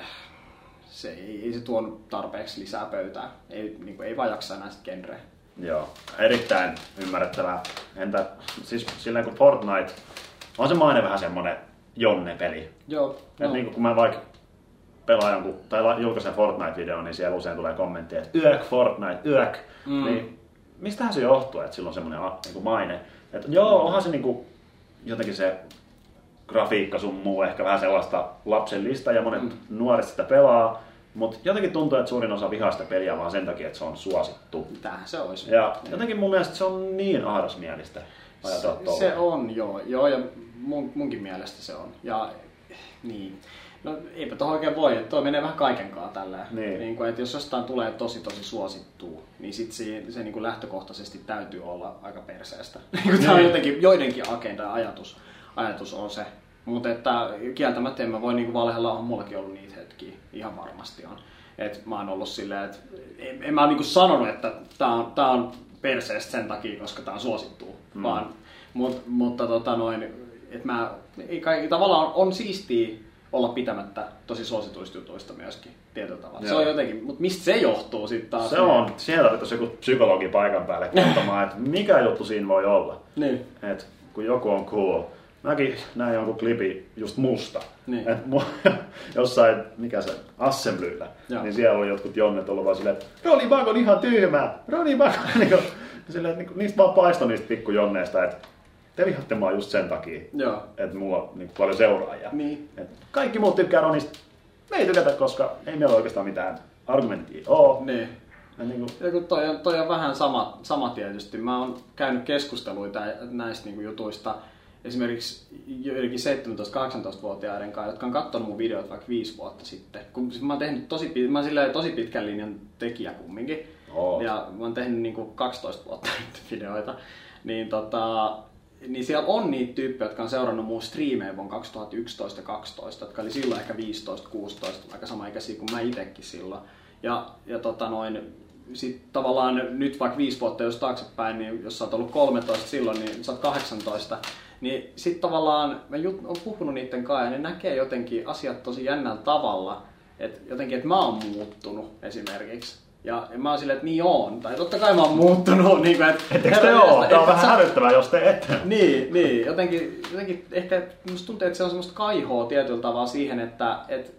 ei se tuonut tarpeeksi lisää pöytää. Ei vaan jaksa enää sit genreä. Joo, erittäin ymmärrettävää. Entä siis silleen kun Fortnite on se maine vähän semmonen jonne-peli. Joo. Niin kun mä vaikka pelaan jonkun, tai julkaisen Fortnite-videon, niin siellä usein tulee kommentteja, että yök Fortnite, yök. Niin mistähän se johtuu, että sillä on semmoinen niin maine? Että joo, onhan se niin kuin, jotenkin se grafiikka sun muu ehkä vähän sellaista lapsellista ja monet nuoret sitä pelaa, mutta jotenkin tuntuu, että suurin osa vihaa sitä peliä vaan sen takia, että se on suosittu. Tämähän se olisi. Ja jotenkin mun mielestä se on niin ahdasmielistä ajatella se on, joo, ja munkin mielestä se on. Ja niin. No eipä tohon oikein voi, toi menee vähän kaikenkaan tällä. Niin kuin, että jos jostain tulee tosi suosittua, niin sit se niin kuin lähtökohtaisesti täytyy olla aika perseestä. Tämä on jotenkin joidenkin agenda ja ajatus on se. Mutta että kieltämättä en mä voi niin valhella, on mullakin ollut niitä hetkiä, ihan varmasti on. Et mä oon ollut silleen, että en mä niin sanonut, että tää on perseestä sen takia, koska tää on suosittua, vaan, mutta että mä tavallaan on siistiä olla pitämättä tosi suosituista jutuista myöskin tietyllä tavalla. Joo. Se on jotenkin, mutta mistä se johtuu sitten taas? Se on, siellä tarvittaisi joku psykologi paikan päälle kertomaan, että mikä juttu siinä voi olla. Niin. Et kun joku on cool. Mäkin näin jonkun klipi just musta. Niin. Jossain, mikä se, Assemblyllä, niin siellä oli jotkut jonnet ollut vaan silleen, että Ronny Bug on ihan tyhmää, Ronny Bug. Silleen, että niistä vaan paistoi niistä pikkujonneista, että te vihatte mua just sen takia, että mulla on niin paljon seuraajia. Niin. Kaikki muut tykkää Ronista. Me ei tykätä, koska ei meillä oikeastaan mitään argumenttia ole. Niin. Ja kun toi on vähän sama tietysti. Mä oon käynyt keskusteluita näistä niin kuin jutuista esimerkiksi joidenkin 17-18-vuotiaiden kanssa, jotka on katsonut mun videot vaikka 5 vuotta sitten. Kun mä oon tehnyt tosi pitkän linjan tekijä kumminkin. Ja mä oon tehnyt niin kuin 12 vuotta videoita. Niin siellä on niitä tyyppejä, jotka on seurannut mun striimejä vuonna 2011-2012, jotka oli silloin ehkä 15-16, aika samaikäisiä kuin mä itekin silloin. Ja sit tavallaan nyt vaikka 5 vuotta jos taaksepäin, niin jos sä oot ollut 13 silloin, niin sä oot 18. Niin sit tavallaan mä oon puhunut niitten kanssa ja ne näkee jotenkin asiat tosi jännällä tavalla. Että mä oon muuttunut esimerkiksi. Ja mä oon silleen, että niin on. Tai totta kai mä oon muuttunut. Niin kuin, etteikö te oo? Tää on vähän hälyttävää, jos te ette. Niin. Jotenkin ehkä musta tuntuu, että se on semmoista kaihoa tietyllä tavalla siihen, että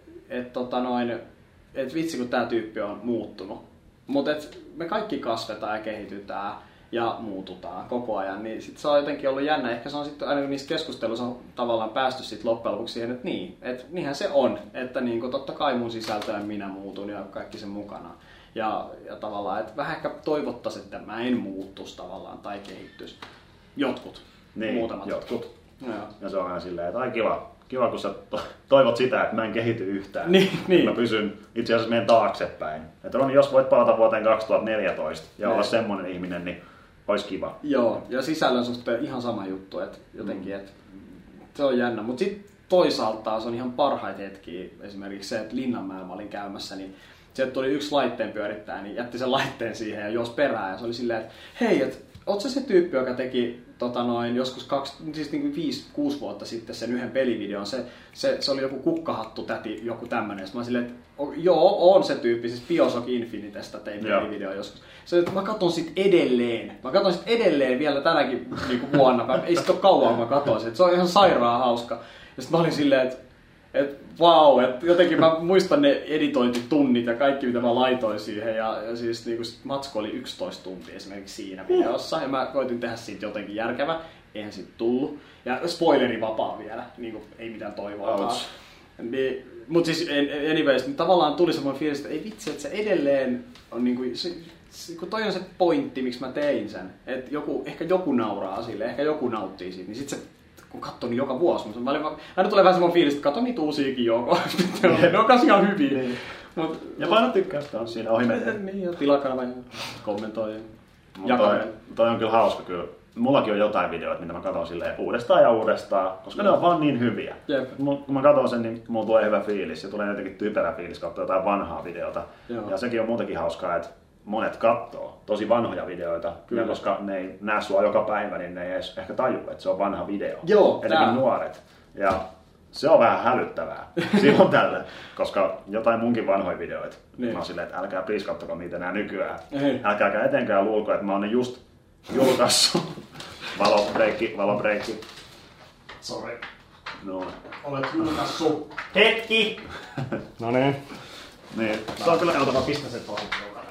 vitsi kun tää tyyppi on muuttunut. Mutta me kaikki kasvetaan ja kehitytään ja muututaan koko ajan. Niin sit se on jotenkin ollut jännä. Ehkä se on sitten aina niissä keskusteluissa on tavallaan päästy sit loppujen lopuksi siihen, että niinhän se on. Että niin, totta kai mun sisältö ja minä muutun ja kaikki sen mukana. Ja tavallaan, että vähän ehkä toivottaisiin, että mä en muuttuisi tavallaan tai kehittyisi. Jotkut. Niin, muutamat. Jotkut. Ja se on aina silleen, että kiva kun sä toivot sitä, että mä en kehity yhtään. Niin. Mä pysyn itse asiassa menen taaksepäin. Että Ronny, jos voit palata vuoteen 2014 ja olla semmoinen ihminen, niin olisi kiva. Joo, ja sisällön suhteen ihan sama juttu. Että jotenkin, että se on jännä. Mutta sitten toisaalta se on ihan parhaita hetkiä. Esimerkiksi se, että Linnanmäellä mä olin käymässä, niin sieltä tuli yksi laitteen pyörittäjä, niin jätti sen laitteen siihen ja juosi perään. Ja se oli silleen, että hei, oot sä se tyyppi, joka teki joskus 5-6 vuotta sitten sen yhden pelivideon. Se oli joku kukkahattu-täti, joku tämmönen. Mä silleen, että joo, on se tyyppi. Siis Bioshock Infinitestä tein pelivideo joskus. Mä katson sit edelleen vielä tänäkin vuonna. Ei sit ole kauan, kun mä katsoin sen. Se on ihan sairaan hauska. Ja sit mä olin silleen, että vau, että jotenkin mä muistan ne editointitunnit ja kaikki mitä mä laitoin siihen ja siis niinku matsku oli 11 tuntia esimerkiksi siinä videossa ja mä koitin tehdä siitä jotenkin järkevä. eihän siitä tullut. Ja spoileri vapaa vielä, niin kuin, ei mitään toivoa. Mutta siis anyways, niin tavallaan tuli semmoinen fiilis, että ei vitsi, että se edelleen on niinku, kun toi on se pointti, miksi mä tein sen. Että ehkä joku nauraa sille, ehkä joku nauttii siitä, niin sit se kun katsoo niin joka vuosi. Aina tulee vähän semmoinen fiilis, että katso niitä uusiakin joko. Ne on kanssa ihan hyviä. Niin. Ja paina tykkäystä on siinä ohi mennä. Niin, ja tilakanava ja kommentoi. Toi on kyllä hauska kyllä. Mullakin on jotain videoita, mitä mä katson silleen uudestaan ja uudestaan, koska ne on vaan niin hyviä. Kun mä katson sen, niin mulla tulee hyvä fiilis ja tulee jotenkin typerä fiilis katsoa jotain vanhaa videota. Joo. Ja sekin on muutenkin hauskaa, että monet katsoo tosi vanhoja videoita, ja koska ne ei näe sua joka päivä, niin ne ei edes ehkä tajua, että se on vanha video. Joo, etenkin nuoret. Ja se on vähän hälyttävää silloin tällä, koska jotain munkin vanhoja videoita. Niin. Mä oon silleen, että älkää please kattoko niitä enää nykyään. Älkääkä etenkään luulko, että mä oon ne just julkaissut. Valobreikki. Sori. No. Olet julkaissut. Hetki! No niin. Se on kyllä oltava pistä sen tosi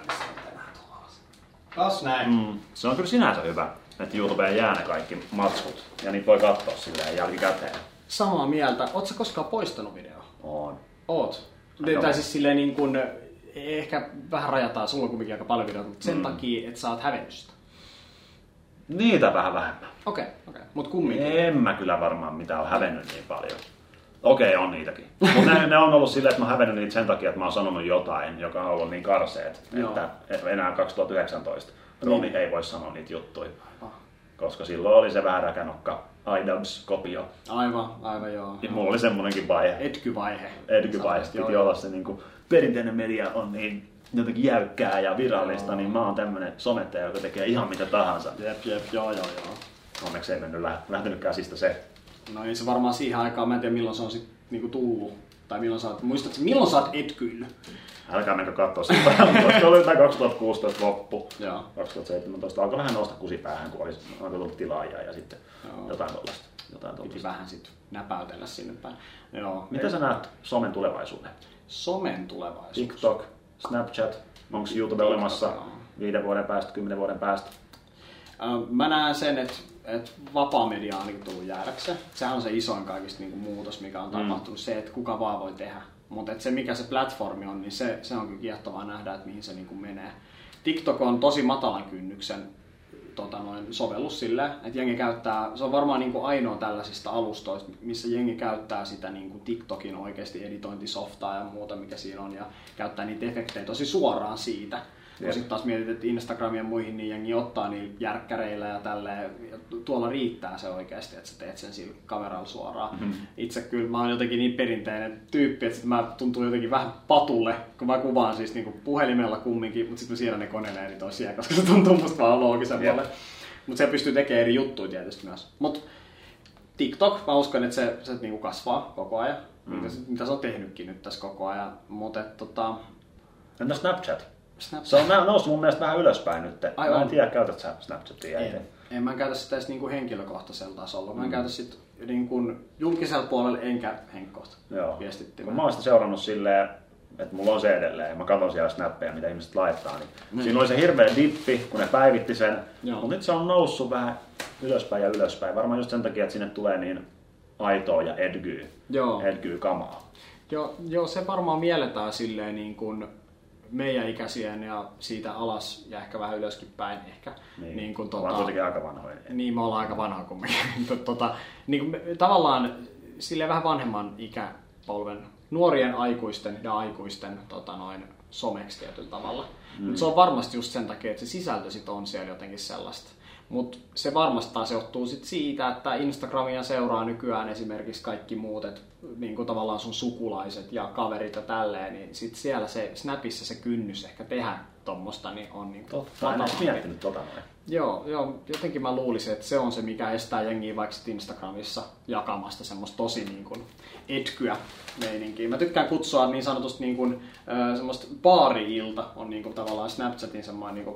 kas näin. Se on kyllä sinänsä hyvä, että YouTubeen jää ne kaikki matskut. Ja niitä voi katsoa silleen jälkikäteen. Samaa mieltä. Ootko sä koskaan poistanut videoa? Oon. Oot? Tai siis silleen niin kuin, ehkä vähän rajataan, sulla on kumminkin aika paljon videoita, mutta sen takia, että sä oot hävennyt sitä. Niitä vähän vähemmän. Okei. Mut kumminkin. En mä kyllä varmaan mitään ole hävennyt niin paljon. Okei, on niitäkin. Mutta ne on ollut silleen, että mä oon hävennyt niitä sen takia, että mä oon sanonut jotain, joka on ollut niin karseet, että enää 2019 Roni ei voi sanoa niitä juttuja. Koska silloin oli se vähän räkänokka iDubbbz-kopio. Aivan joo. Ja mulla oli semmonenkin vaihe. Edgy-vaihe. Piti olla se niinku, perinteinen media on niin jotenkin jäykkää ja virallista, niin mä oon tämmönen somettaja, joka tekee ihan mitä tahansa. Jep, joo. Onneksi ei lähtenyt käsistä se. No ei se varmaan siihen aikaan, mä en tiedä milloin se on sit niinku tullut. Tai muistatko milloin sä oot edkyillyt? Älkää menkö kattoo sitä vähän, koska oli jotain 2016 loppu. Joo. 2017 alkoi vähän nousta kusipäähän, kun olisi tullut tilaajia ja sitten jotain tollaista. Piti vähän sit näpäytellä sinne päin. Joo. Mitä sä näet somen tulevaisuuden? Somen tulevaisuus? TikTok, Snapchat, onko YouTube olemassa 5 vuoden päästä, 10 vuoden päästä? Mä näen sen, että vapaa media on tullut jäädäkseen. Sehän on se isoin kaikista muutos, mikä on tapahtunut. Se, että kuka vaan voi tehdä. Mutta se, mikä se platformi on, niin se on kyllä kiehtovaa nähdä, että mihin se menee. TikTok on tosi matalan kynnyksen sovellus sille, että jengi käyttää, se on varmaan ainoa tällaisista alustoista, missä jengi käyttää sitä TikTokin oikeasti editointisoftaa ja muuta, mikä siinä on, ja käyttää niitä efektejä tosi suoraan siitä. Kun sitten taas mietit, että Instagramia ja muihin, niin jengi ottaa niillä järkkäreillä ja tälleen, ja tuolla riittää se oikeasti, että sä teet sen sillä kameralla suoraan. Itse kyllä mä oon jotenkin niin perinteinen tyyppi, että mä tuntuu jotenkin vähän patulle, kun mä kuvaan siis puhelimella kumminkin, mutta sitten mä siirrän ne koneelle eri toisiaan, koska se tuntuu musta vaan loogisemmalle. Mutta se pystyy tekemään eri juttuja tietysti myös. Mutta TikTok, mä uskon, että se kasvaa koko ajan, mitä se on tehnytkin nyt tässä koko ajan. Entä Snapchat? Se on noussut mun mielestä vähän ylöspäin nyt. Mä en tiedä, käytät sä Snapchatia itse? En mä käytä sitä edes henkilökohtaisella tasolla. Mä en käytä sitä julkisella puolella enkä henkkohta viestittimellä. Mä oon sitä seurannut silleen, että mulla on se edelleen ja mä katson siellä snappeja, mitä ihmiset laittaa. Siinä oli se hirveä dippi, kun ne päivitti sen. Mutta nyt se on noussut vähän ylöspäin. Varmaan just sen takia, että sinne tulee niin aitoa ja edgyä kamaa. Joo, se varmaan mielletään silleen meidän ikäisien ja siitä alas ja ehkä vähän ylöskin päin ehkä. Ollaan kuitenkin aika vanhoja. Niin, me ollaan aika vanhoja kumminkin. Tavallaan silleen vähän vanhemman ikäpolven nuorien aikuisten ja aikuisten someksi tietyllä tavalla. Mutta se on varmasti just sen takia, että se sisältö sit on siellä jotenkin sellaista. Mutta se varmasti taas johtuu sit siitä, että Instagramia seuraa nykyään esimerkiksi kaikki muut, että tavallaan sun sukulaiset ja kaverit ja tälleen, niin sit siellä se Snapissa se kynnys ehkä tehdä tommosta niin on Totta, en ole miettinyt noin. Joo, jotenkin mä luulisin, että se on se, mikä estää jengiä vaikka Instagramissa jakamasta semmoista tosi edkyä meininkiä. Mä tykkään kutsua niin sanotusti semmoista baari-ilta on tavallaan Snapchatin semmoinen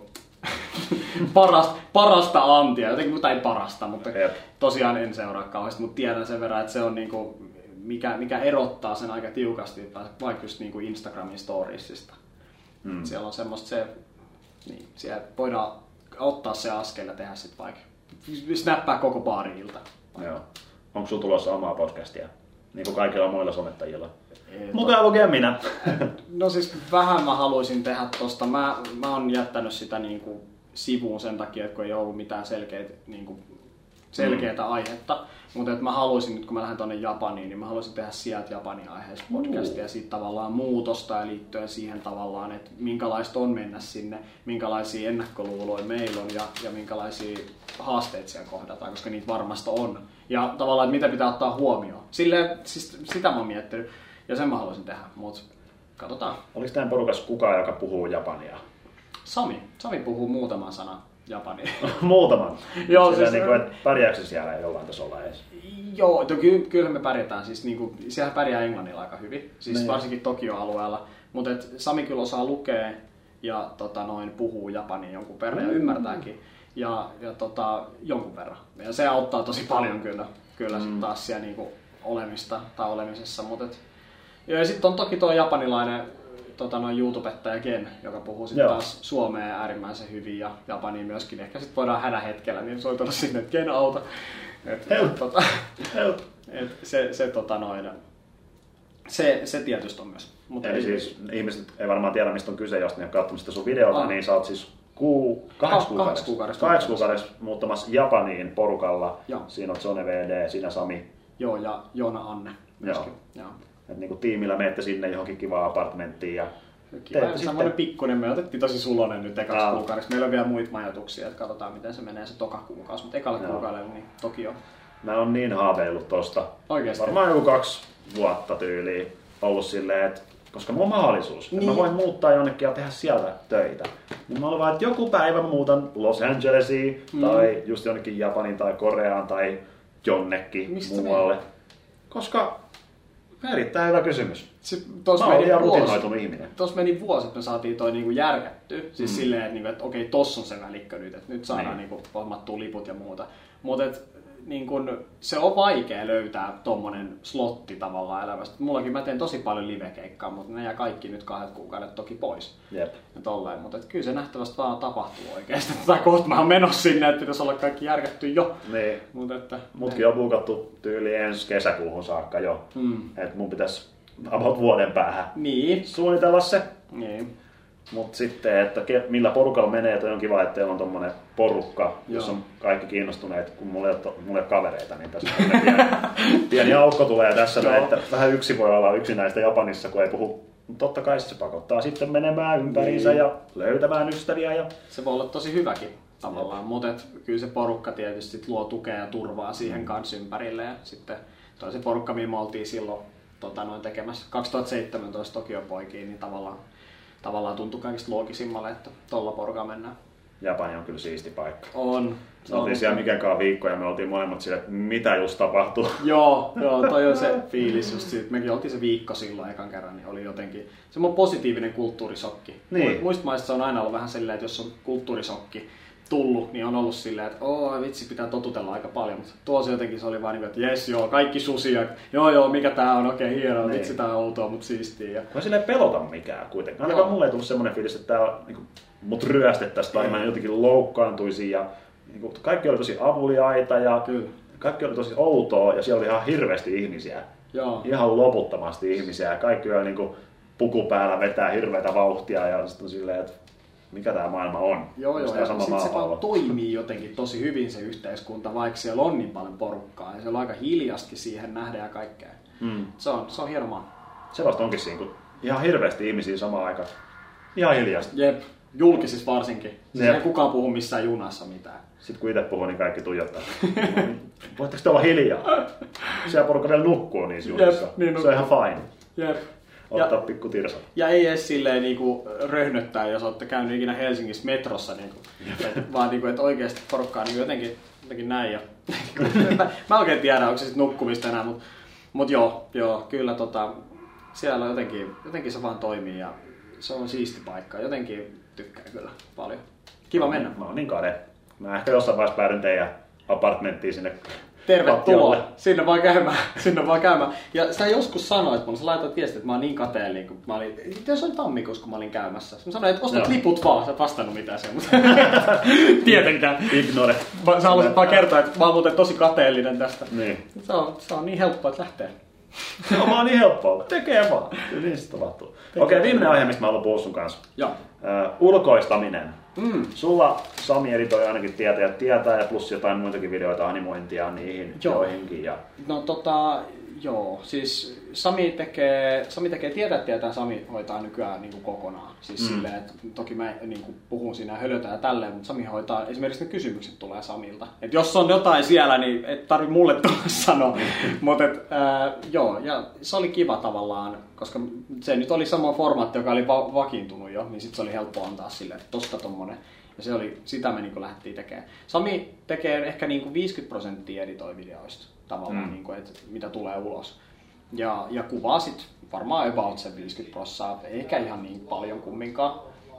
parasta antia, jotenkin, tai parasta, mutta tosiaan en seuraa kauheasti, mutta tiedän sen verran, että se on mikä erottaa sen aika tiukasti, vaikka just Instagramin storiesista. Siellä on semmoista siellä voidaan ottaa se askel ja tehdä sitten vaikka snappaa koko baari-ilta. Joo. Onko sulla tulossa omaa podcastia? Niin kuin kaikilla muilla somettajilla. Mukaan lukee minä. No siis vähän mä haluaisin tehdä tosta. Mä oon jättänyt sitä niinku sivuun sen takia, että kun ei ollut mitään selkeää aihetta. Mutta mä haluaisin nyt kun mä lähden tonne Japaniin, niin mä haluaisin tehdä sieltä Japanin aiheessa podcastia ja siitä tavallaan muutosta ja liittyen siihen tavallaan, että minkälaista on mennä sinne, minkälaisia ennakkoluuloja meillä on ja minkälaisia haasteita siellä kohdataan, koska niitä varmasti on. Ja tavallaan, että mitä pitää ottaa huomioon. Silleen, siis sitä mä oon miettinyt ja sen mä haluaisin tehdä, mutta katsotaan. Oliko tämän porukassa kukaan, joka puhuu japania? Sami puhuu muutaman sanan japania. Muutaman? Joo, siis niin kuin, että pärjääkö siellä jollain tasolla edes? Joo, kyllä me pärjätään. Siis, niin kuin, siellä pärjää englannilla aika hyvin, siis varsinkin Tokio-alueella. Mutta Sami kyllä osaa lukea ja puhuu japania jonkun verran ja ymmärtääkin. Ja jonkun verran. Ja se auttaa tosi paljon kyllä sit taas siellä niin kuin olemisessa. Ja sitten on toki tuo japanilainen YouTubettaja Ken, joka puhuu sitten taas suomea äärimmäisen hyvin ja japania myöskin. Ehkä sitten voidaan hädän hetkellä niin soitella sinne, että Ken auta. Se tietysti on myös. Eli siis ihmiset ei varmaan tiedä, mistä on kyse, jos ne on katsonut sitä sun videota, niin sä oot siis 8 kuukaudessa muuttamassa Japaniin porukalla. Joo. Siinä on Zone VD, siinä Sami. Joo, ja Joona Anne myöskin. Joo. Et niinku tiimillä menette sinne johonkin kivaan apartmenttiin ja semmoinen pikkuinen, me otettiin tosi sulonen nyt ekaksi kuukaudeksi. Meillä on vielä muita majoituksia, että katsotaan miten se menee se toka kuukausi, mutta ekalle kuukaudelle niin Tokio. Mä oon niin haaveillut tosta. Oikeesti? Varmaan joku 2 vuotta tyyliin ollut silleen, että koska mulla on mahdollisuus, että mä voin muuttaa jonnekin ja tehdä sieltä töitä. Niin mä olen vaan, että joku päivä muutan Los Angelesiin tai just jonnekin Japaniin tai Koreaan tai jonnekin muualle. Koska erittäin hyvä kysymys. Mä oon ihan rutinoitunut ihminen. Tuossa meni vuosi, että me saatiin toi niinku järkättyä. Siis silleen, että okei, tossa on se välikkö nyt, että nyt saadaan niinku hommattua liput ja muuta. Mutta niin se on vaikea löytää tommonen slotti tavallaan elämästä. Mullakin mä teen tosi paljon livekeikkaa, mutta ne jää kaikki nyt 2 kuukaudet toki pois. Jep. Ja tolleen, mutta kyllä se nähtävästi vaan tapahtuu oikeesti. Kohta mä oon menossa sinne, että pitäisi olla kaikki järkätty jo. Niin. Mutkin on buukattu tyyli ensi kesäkuuhun saakka jo. Et mun pitäisi about vuoden päähän suunnitella se. Niin. Mutta sitten, että millä porukalla menee, että on kiva, että teillä on tommonen porukka, jos on kaikki kiinnostuneet, kun mulla ei ole kavereita, niin tässä pieni aukko tulee tässä, että vähän yksi voi olla yksinäistä Japanissa, kun ei puhu. Totta kai se pakottaa sitten menemään ympäriinsä ja löytämään ystäviä. Ja se voi olla tosi hyväkin tavallaan, mutta kyllä se porukka tietysti luo tukea ja turvaa siihen kanssa ympärille. Ja sitten se porukka, mihin me oltiin silloin tekemässä 2017 Tokio-poikiin, niin tavallaan tuntui kaikista loogisimmalle, että tuolla porukalla mennään. Japani on kyllä siisti paikka. On. Me oltiin siellä mikäänkaan viikko ja me oltiin molemmat sille, että mitä just tapahtuu. Joo, toi on se fiilis just siitä. Mekin oltiin se viikko silloin ekan kerran, niin oli jotenkin semmoinen positiivinen kulttuurisokki. Niin. Muista maista se on aina ollut vähän silleen, että jos on kulttuurisokki tullut, niin on ollut silleen, että vitsi, pitää totutella aika paljon. Mutta tuossa jotenkin se oli vaan niin, että jes, kaikki susia, mikä tää on, okei, hienoa, niin. Vitsi, tää on outoa, mut siistiä. Mä silleen pelota mikään kuitenkaan. Ainakaan mulle ei tullut semmoinen fiilis, että tää on, niin mut ryöstettäisiin tai mä jotenkin loukkaantuisin. Ja, niin kaikki oli tosi avuliaita ja kaikki oli tosi outoa ja siellä oli ihan hirveästi ihmisiä. Joo. Ihan loputtomasti ihmisiä ja kaikki oli niin puku päällä vetää hirveätä vauhtia ja sitten on silleen, että mikä tämä maailma on. Joo, ja sitten se vaan toimii jotenkin tosi hyvin se yhteiskunta, vaikka siellä on niin paljon porukkaa ja siellä on aika hiljastakin siihen nähdä ja kaikkea. Se on hieno maa. Sellaista onkin siinä, kun ihan hirveästi ihmisiä samaan aikaan. Ihan hiljasta. Jep, julkisissa varsinkin. Siis ei kukaan puhu missään junassa mitään. Sitten kun itse puhuu, niin kaikki tuijottaa. Voitteko te olla hiljaa? Siellä porukka vielä nukkuu niissä junissa. Niin se on ihan fine. Jep. Ottaa pikku tirsat. Ja ei edes silleen niinku röhnöttää, jos olette käynyt ikinä Helsingissä metrossa, niinku, vaan niinku, että oikeasti porukkaa niinku jotenkin näin. Ja, mä oikein tiedä, onko se sit nukkumista enää, mutta joo, kyllä siellä jotenkin se vaan toimii ja se on siisti paikka. Jotenkin tykkään kyllä paljon. Kiva mennä. Mä oon niin kade. Mä ehkä jossain vaiheessa päädyn teidän apartmenttiin sinne Tervetuloa. Sinne vaan käymään. Ja sä joskus sanoit mulle, sä laitoit viestit, että mä oon niin kateellinen, kun mä olin, se oli tammikuussa, kun mä olin käymässä. Mä sanoin, että ostat liput vaan, sä et vastannut mitään sen, mutta tietenkään. Ignore. Sä haluaisit vaan kertoa, että mä oon muuten tosi kateellinen tästä. Niin. Se on niin helppoa, että lähtee. Mä oon niin helppoa. Tekee vaan. Niin se tapahtuu. Okei, viimeinen aihe, mistä mä haluan puhua sun kanssa. Joo. Ulkoistaminen. Sulla Sami editoi ainakin tietää ja plus jotain muitakin videoita, animointia niihin joihinkin. Ja... No joo, siis Sami tekee tietää, Sami hoitaa nykyään niin kuin kokonaan. Siis silleen, että toki mä niin kuin puhun siinä ja hölötän ja tälleen, mutta Sami hoitaa, esimerkiksi ne kysymykset tulee Samilta. Et jos on jotain siellä, niin et tarvi mulle tulla sanoa. Mutta joo, ja se oli kiva tavallaan, koska se nyt oli sama formaatti, joka oli vakiintunut jo, niin sit se oli helppo antaa silleen, että tosta tommonen. Ja se oli, sitä me niin lähdettiin tekemään. Sami tekee ehkä niin 50% editoivideoista tavallaan, niin kuin, että mitä tulee ulos. Ja kuvaa sit varmaan about sen 50%, eikä ihan niin paljon kumminkaan.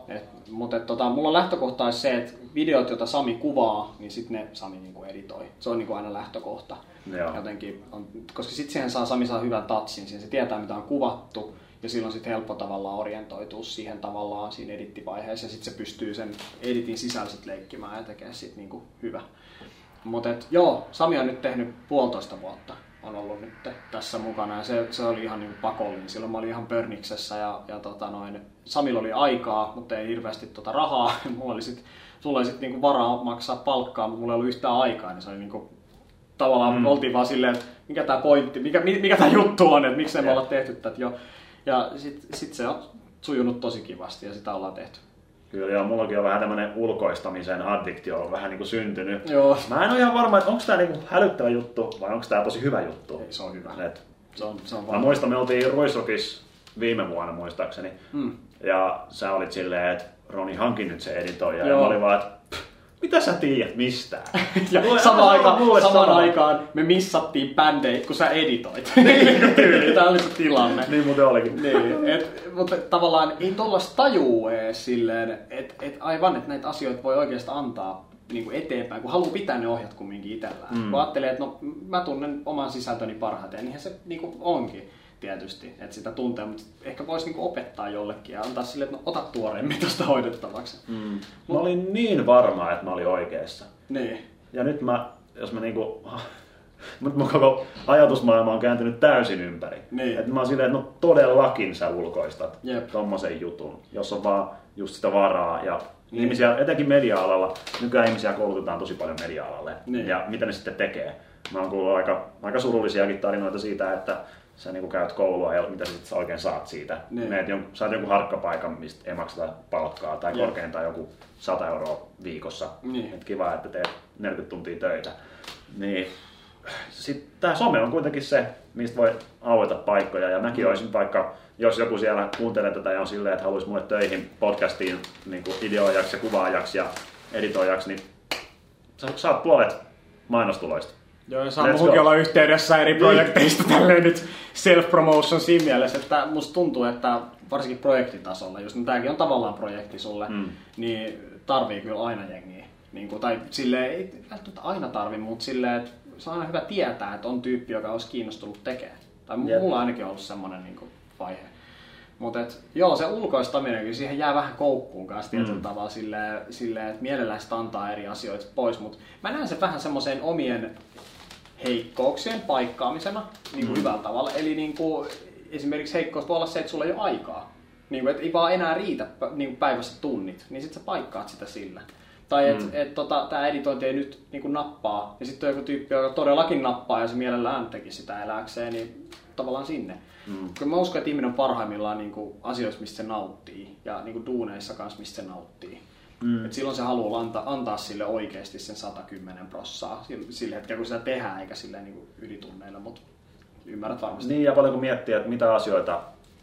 Mutta mulla on lähtökohta se, että videot, joita Sami kuvaa, niin sitten ne Sami niinku editoi. Se on niinku aina lähtökohta. Jotenkin koska sitten Sami saa hyvän touchin, siihen se tietää mitä on kuvattu. Ja silloin sitten helppo tavallaan orientoitua siihen tavallaan siinä edittivaiheessa. Ja sitten se pystyy sen editin sisällä sit leikkimään ja tekemään sit niinku hyvä. Mutta joo, Sami on nyt tehnyt 1,5 vuotta. On ollut nyt tässä mukana ja se oli ihan niin pakollinen. Silloin mä olin ihan pörniksessä ja Samilla oli aikaa, mutta ei hirveästi rahaa. Sulla oli sitten niinku varaa maksaa palkkaa, mutta mulla ei ollut yhtään aikaa. Niin se oli niinku, tavallaan oltiin vaan silleen, että mikä tää pointti, mikä tää juttu on, että miksei me olla tehty tätä jo. Ja sit se on sujunut tosi kivasti ja sitä ollaan tehty. Kyllä, ja mullakin on vähän tämmönen ulkoistamisen addiktio on vähän niinku syntynyt. Joo. Mä en ole ihan varma, että onko tää niinku hälyttävä juttu vai onko tää tosi hyvä juttu. Ei, se on hyvä. Se on mä muistan, me oltiin Ruisrockissa viime vuonna muistaakseni. Ja sä olit silleen, että Roni hankin nyt se editoija. Ja mä olin vaan, että mitä sä tiedät mistään? Ja samaan aikaan me missattiin bändejä, kun sä editoit. Tää oli se tilanne. Niin muuten olikin. Mutta tavallaan ei tollaista tajuu edes silleen, että aivan, että näitä asioita voi oikeastaan antaa niin eteenpäin, kun haluaa pitää ne ohjat kumminkin itsellään. Kun ajattelee, että no, mä tunnen oman sisältöni parhaiten, niinhän se niin onkin. Tietysti, että sitä tuntee, mutta ehkä voisi niinku opettaa jollekin ja antaa sille, että no, ota tuoreemmin tuosta hoidettavaksi. Mä olin niin varma, että mä olin oikeassa. Niin. Ja nyt mun koko ajatusmaailma on kääntynyt täysin ympäri. Niin. Että mä oon silleen, että no todellakin sä ulkoistat tommosen jutun, jos on vaan just sitä varaa. Ja ihmisiä, etenkin media-alalla, nykyään ihmisiä koulutetaan tosi paljon media-alalle. Niin. Ja mitä ne sitten tekee. Mä oon kuullut aika surullisiakin tarinoita siitä, että sä niinku käyt koulua ja mitä sä oikein saat siitä. Saat jonkun harkkapaikan, mistä ei makseta palkkaa tai korkeintaan joku 100 € viikossa. Et kiva, että teet 40 tuntia töitä. Niin. Sitten tää some on kuitenkin se, mistä voi aueta paikkoja. Ja mäkin olisin vaikka, jos joku siellä kuuntelee tätä ja on silleen, että haluaisi mulle töihin podcastiin niin ideoijaksi ja kuvaajaksi ja editoijaksi, niin sä saat puolet mainostuloista. Joo, ja saa muuhunkin olla yhteydessä eri projekteista tälleen nyt self-promotion siinä mielessä, että musta tuntuu, että varsinkin projektitasolla, just tämäkin on tavallaan projekti sulle, niin tarvii kyllä aina jengiä. Niin tai silleen, ei välttämättä aina tarvi, mutta silleen, että se on aina hyvä tietää, että on tyyppi, joka olisi kiinnostunut tekemään. Tai mulla on ainakin ollut semmoinen niin vaihe. Mutta joo, se ulkoistaminen, siihen jää vähän koukkuun kanssa tietyllä tavalla silleen, että mielellään sitä antaa eri asioita pois, mutta mä näen sen vähän semmoiseen omien heikkouksien paikkaamisena niin kuin hyvällä tavalla. Eli niin kuin, esimerkiksi heikkous voi olla se, että sulla ei ole aikaa. Niin kuin, että ei vaan enää riitä niin kuin päivässä tunnit, niin sit sä paikkaat sitä sillä. Tai että tämä editointi ei nyt niin kuin nappaa, ja sitten on joku tyyppi, joka todellakin nappaa ja se mielellään teki sitä elääkseen, niin tavallaan sinne. Kyllä mä uskon, että ihminen on parhaimmillaan niin kuin asioissa, mistä se nauttii, ja niin kuin duuneissa kanssa, mistä se nauttii. Et silloin se haluaa antaa sille oikeasti sen 110% sillä hetkellä, kun sitä tehdään, eikä silleen niin kuin ylitunneilla, mutta ymmärrät varmasti. Niin, ja paljon kun miettii, että mitä asioita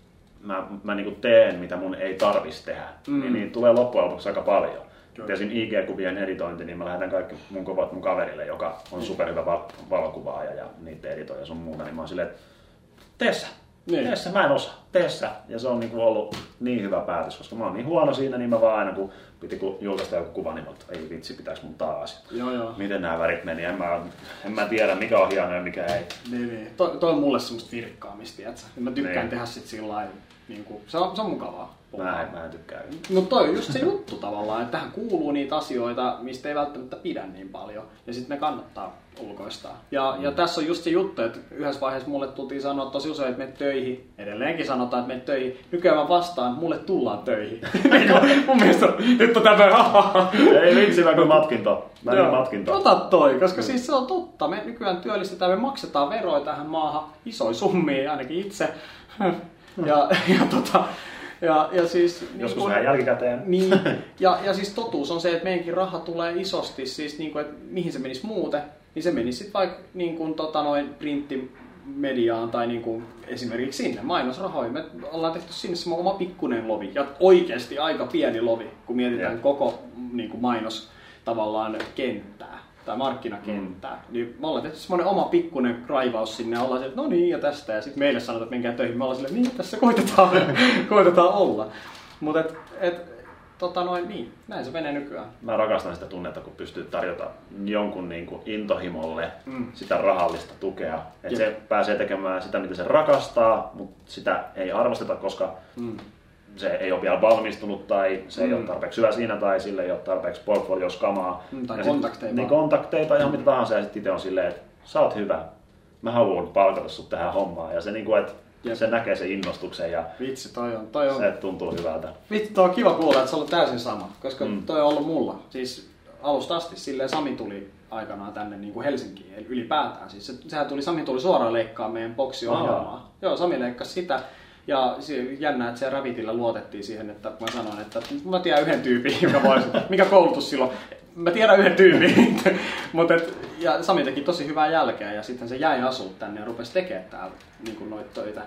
mä niin kuin teen, mitä mun ei tarvitsisi tehdä, niin tulee loppujen lopuksi aika paljon. Tiesin IG-kuvien editointi, niin mä lähetän kaikki mun kuvat mun kaverille, joka on superhyvä valokuvaaja ja niitä editoija sun muuta, niin mä oon silleen, että tee sä, mä en osaa, tee sä. Ja se on niinku ollut niin hyvä päätös, koska mä oon niin huono siinä, niin mä vaan aina kun piti julkaista joku kuva, niin ei vitsi, pitääks mun taas. Joo. Miten nämä värit meni, en mä tiedä mikä on hieno ja mikä ei. Niin. Toi on mulle semmoista virkkaamista, tiiätsä. Mä tykkään tehdä sit sillain, niinku, se on mukavaa. Mä en tykkää. Mutta toi on just se juttu tavallaan, että tähän kuuluu niitä asioita, mistä ei välttämättä pidä niin paljon. Ja sitten ne kannattaa ulkoistaa. Ja tässä on just se juttu, että yhdessä vaiheessa mulle tultiin sanoa tosi usein, että menet töihin. Edelleenkin sanotaan, että menet töihin. Nykyään mä vastaan, mulle tullaan töihin. Mun mielestä nyt on tämmöinen ei vitsi, mä kyllä matkinto. Ota toi, koska siis se on totta. Me nykyään työllistetään, me maksetaan veroja tähän maahan. Isoja summia, ainakin itse. Ja siis, joskus vähän jälkikäteen. Niin, ja siis totuus on se, että meidänkin raha tulee isosti, siis niin kuin, että mihin se menisi muuten, niin se menisi sitten vaikka niin kuin, printtimediaan tai niin kuin, esimerkiksi sinne mainosrahoihin. Me ollaan tehty sinne se oma pikkuinen lovi ja oikeasti aika pieni lovi, kun mietitään koko niin kuin mainos tavallaan kenttää tai markkinakenttää. Niin me ollaan tehty semmoinen oma pikkuinen raivaus sinne ja ollaan se, että no niin ja tästä ja sitten meille sanotaan, että menkää töihin. Me ollaan silleen, niin tässä koitetaan olla. Mutta niin, näin se menee nykyään. Mä rakastan sitä tunnetta, kun pystyy tarjota jonkun niin kuin intohimolle sitä rahallista tukea. Että se pääsee tekemään sitä, mitä se rakastaa, mutta sitä ei arvosteta, koska se ei ole vielä valmistunut tai se ei ole tarpeeksi hyvä siinä tai sille ei ole tarpeeksi portfolioskamaa. Tai kontakteita. Niin kontakteita ja mitä tahansa ja sitten itse on silleen, että sä oot hyvä. Mä haluan palkata sut tähän hommaan ja se niinku, että se näkee sen innostuksen ja vitsi, toi on. Se tuntuu hyvältä. Vitsi, toi on kiva kuulla, että se on ollut täysin sama, koska toi on ollut mulla. Siis alusta asti silleen Sami tuli aikanaan tänne niin kuin Helsinkiin ylipäätään. Siis Sami tuli suoraan leikkaamaan meidän boksiohjelmaa. Joo, Sami leikkasi sitä. Ja jännä, että siellä Ravitillä luotettiin siihen, että mä sanoin, että mä tiedän yhden tyypin, joka voisi, mikä koulutus silloin. Mä tiedän yhden tyypin, ja Sami teki tosi hyvää jälkeä ja sitten se jäi asumaan tänne ja rupesi tekemään täällä niin noita töitä.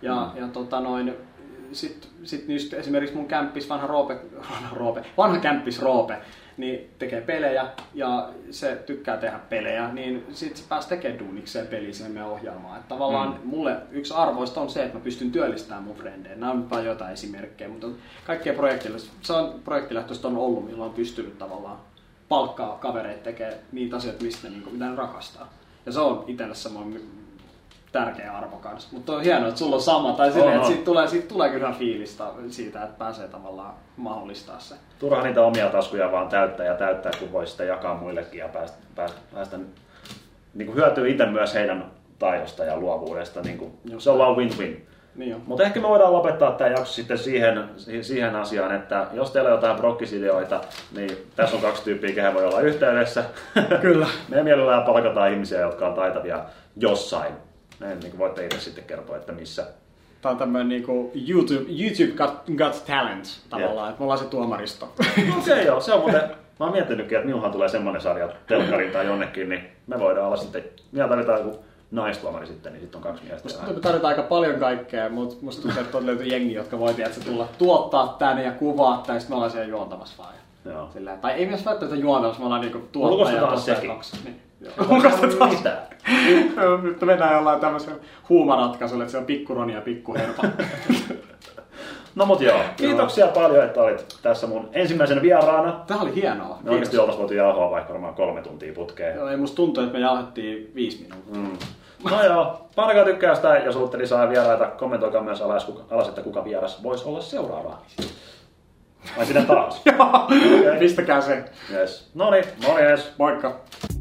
Sitten just esimerkiksi mun kämppis, vanha kämppis Roope, niin tekee pelejä ja se tykkää tehdä pelejä, niin sitten se pääsi tekemään duunikseen peliä siihen meidän ohjelmaan. Että tavallaan mulle yksi arvoista on se, että mä pystyn työllistämään mun frendejä. Nämä on vain jotain esimerkkejä, mutta kaikkea projektilähtöistä on ollut, milloin on pystynyt tavallaan palkkaa kavereita tekee niitä asioita, mitä ne rakastaa. Ja se on itselle semmoinen tärkeä arvo kanssa. Mutta on hienoa, että sulla on sama. Tai silleen, että siitä tulee kyllä fiilistä siitä, että pääsee tavallaan mahdollistaa se. Turha niitä omia taskuja vaan täyttää, kun voi sitä jakaa muillekin ja päästä niin kuin hyötyy itse myös heidän taidosta ja luovuudesta. Niin kuin, se on vaan win-win. Niin mutta ehkä me voidaan lopettaa tämä jakso sitten siihen asiaan, että jos teillä on jotain prokkisideoita, niin tässä on 2 tyyppiä, kehen voi olla yhteydessä. Kyllä. Me mielellään palkataan ihmisiä, jotka on taitavia jossain. Niin voitte itse sitten kertoa, että missä. Tämä on tämmöinen niinku YouTube got talent tavallaan, että me ollaan se tuomaristo. Okei, joo, se on muuten. Mä oon miettinytkin, että minunhan tulee semmoinen sarja telkkarin tai jonnekin, niin me voidaan olla sitten, minä tarvitaan joku naistuomari sitten, niin sitten on 2 miestä. Musta tarvitaan aika paljon kaikkea, mutta musta tuntuu, että löytyy jengi, jotka voi tulla tuottaa tänne ja kuvaa, tai sitten me ollaan siellä juontamassa vaan. Sillä, tai ei myös välttämättä juontamassa, me ollaan niinku tuottaja ja 2. Ulkostetaan sitä. Nyt mennään jollain tämmöisellä huumaratkaisulla, että se on pikkuroni ja pikkuherpa. No mut joo, kiitoksia paljon, että olit tässä mun ensimmäisenä vieraana. Tää oli hienoa. Me oikeesti oltais voitu jauhaa vaikka varmaan 3 tuntia putkeen. Joo, ei musta tuntuu, että me jauhettiin 5 minuuttia. No joo, painakaa tykkää sitä, jos haluatte lisää vieraita. Kommentoikaa myös alas, että kuka vieras voisi olla seuraava. Vai sinne taas? Joo, pistäkää se. Yes. Noniin, morjes. Moikka.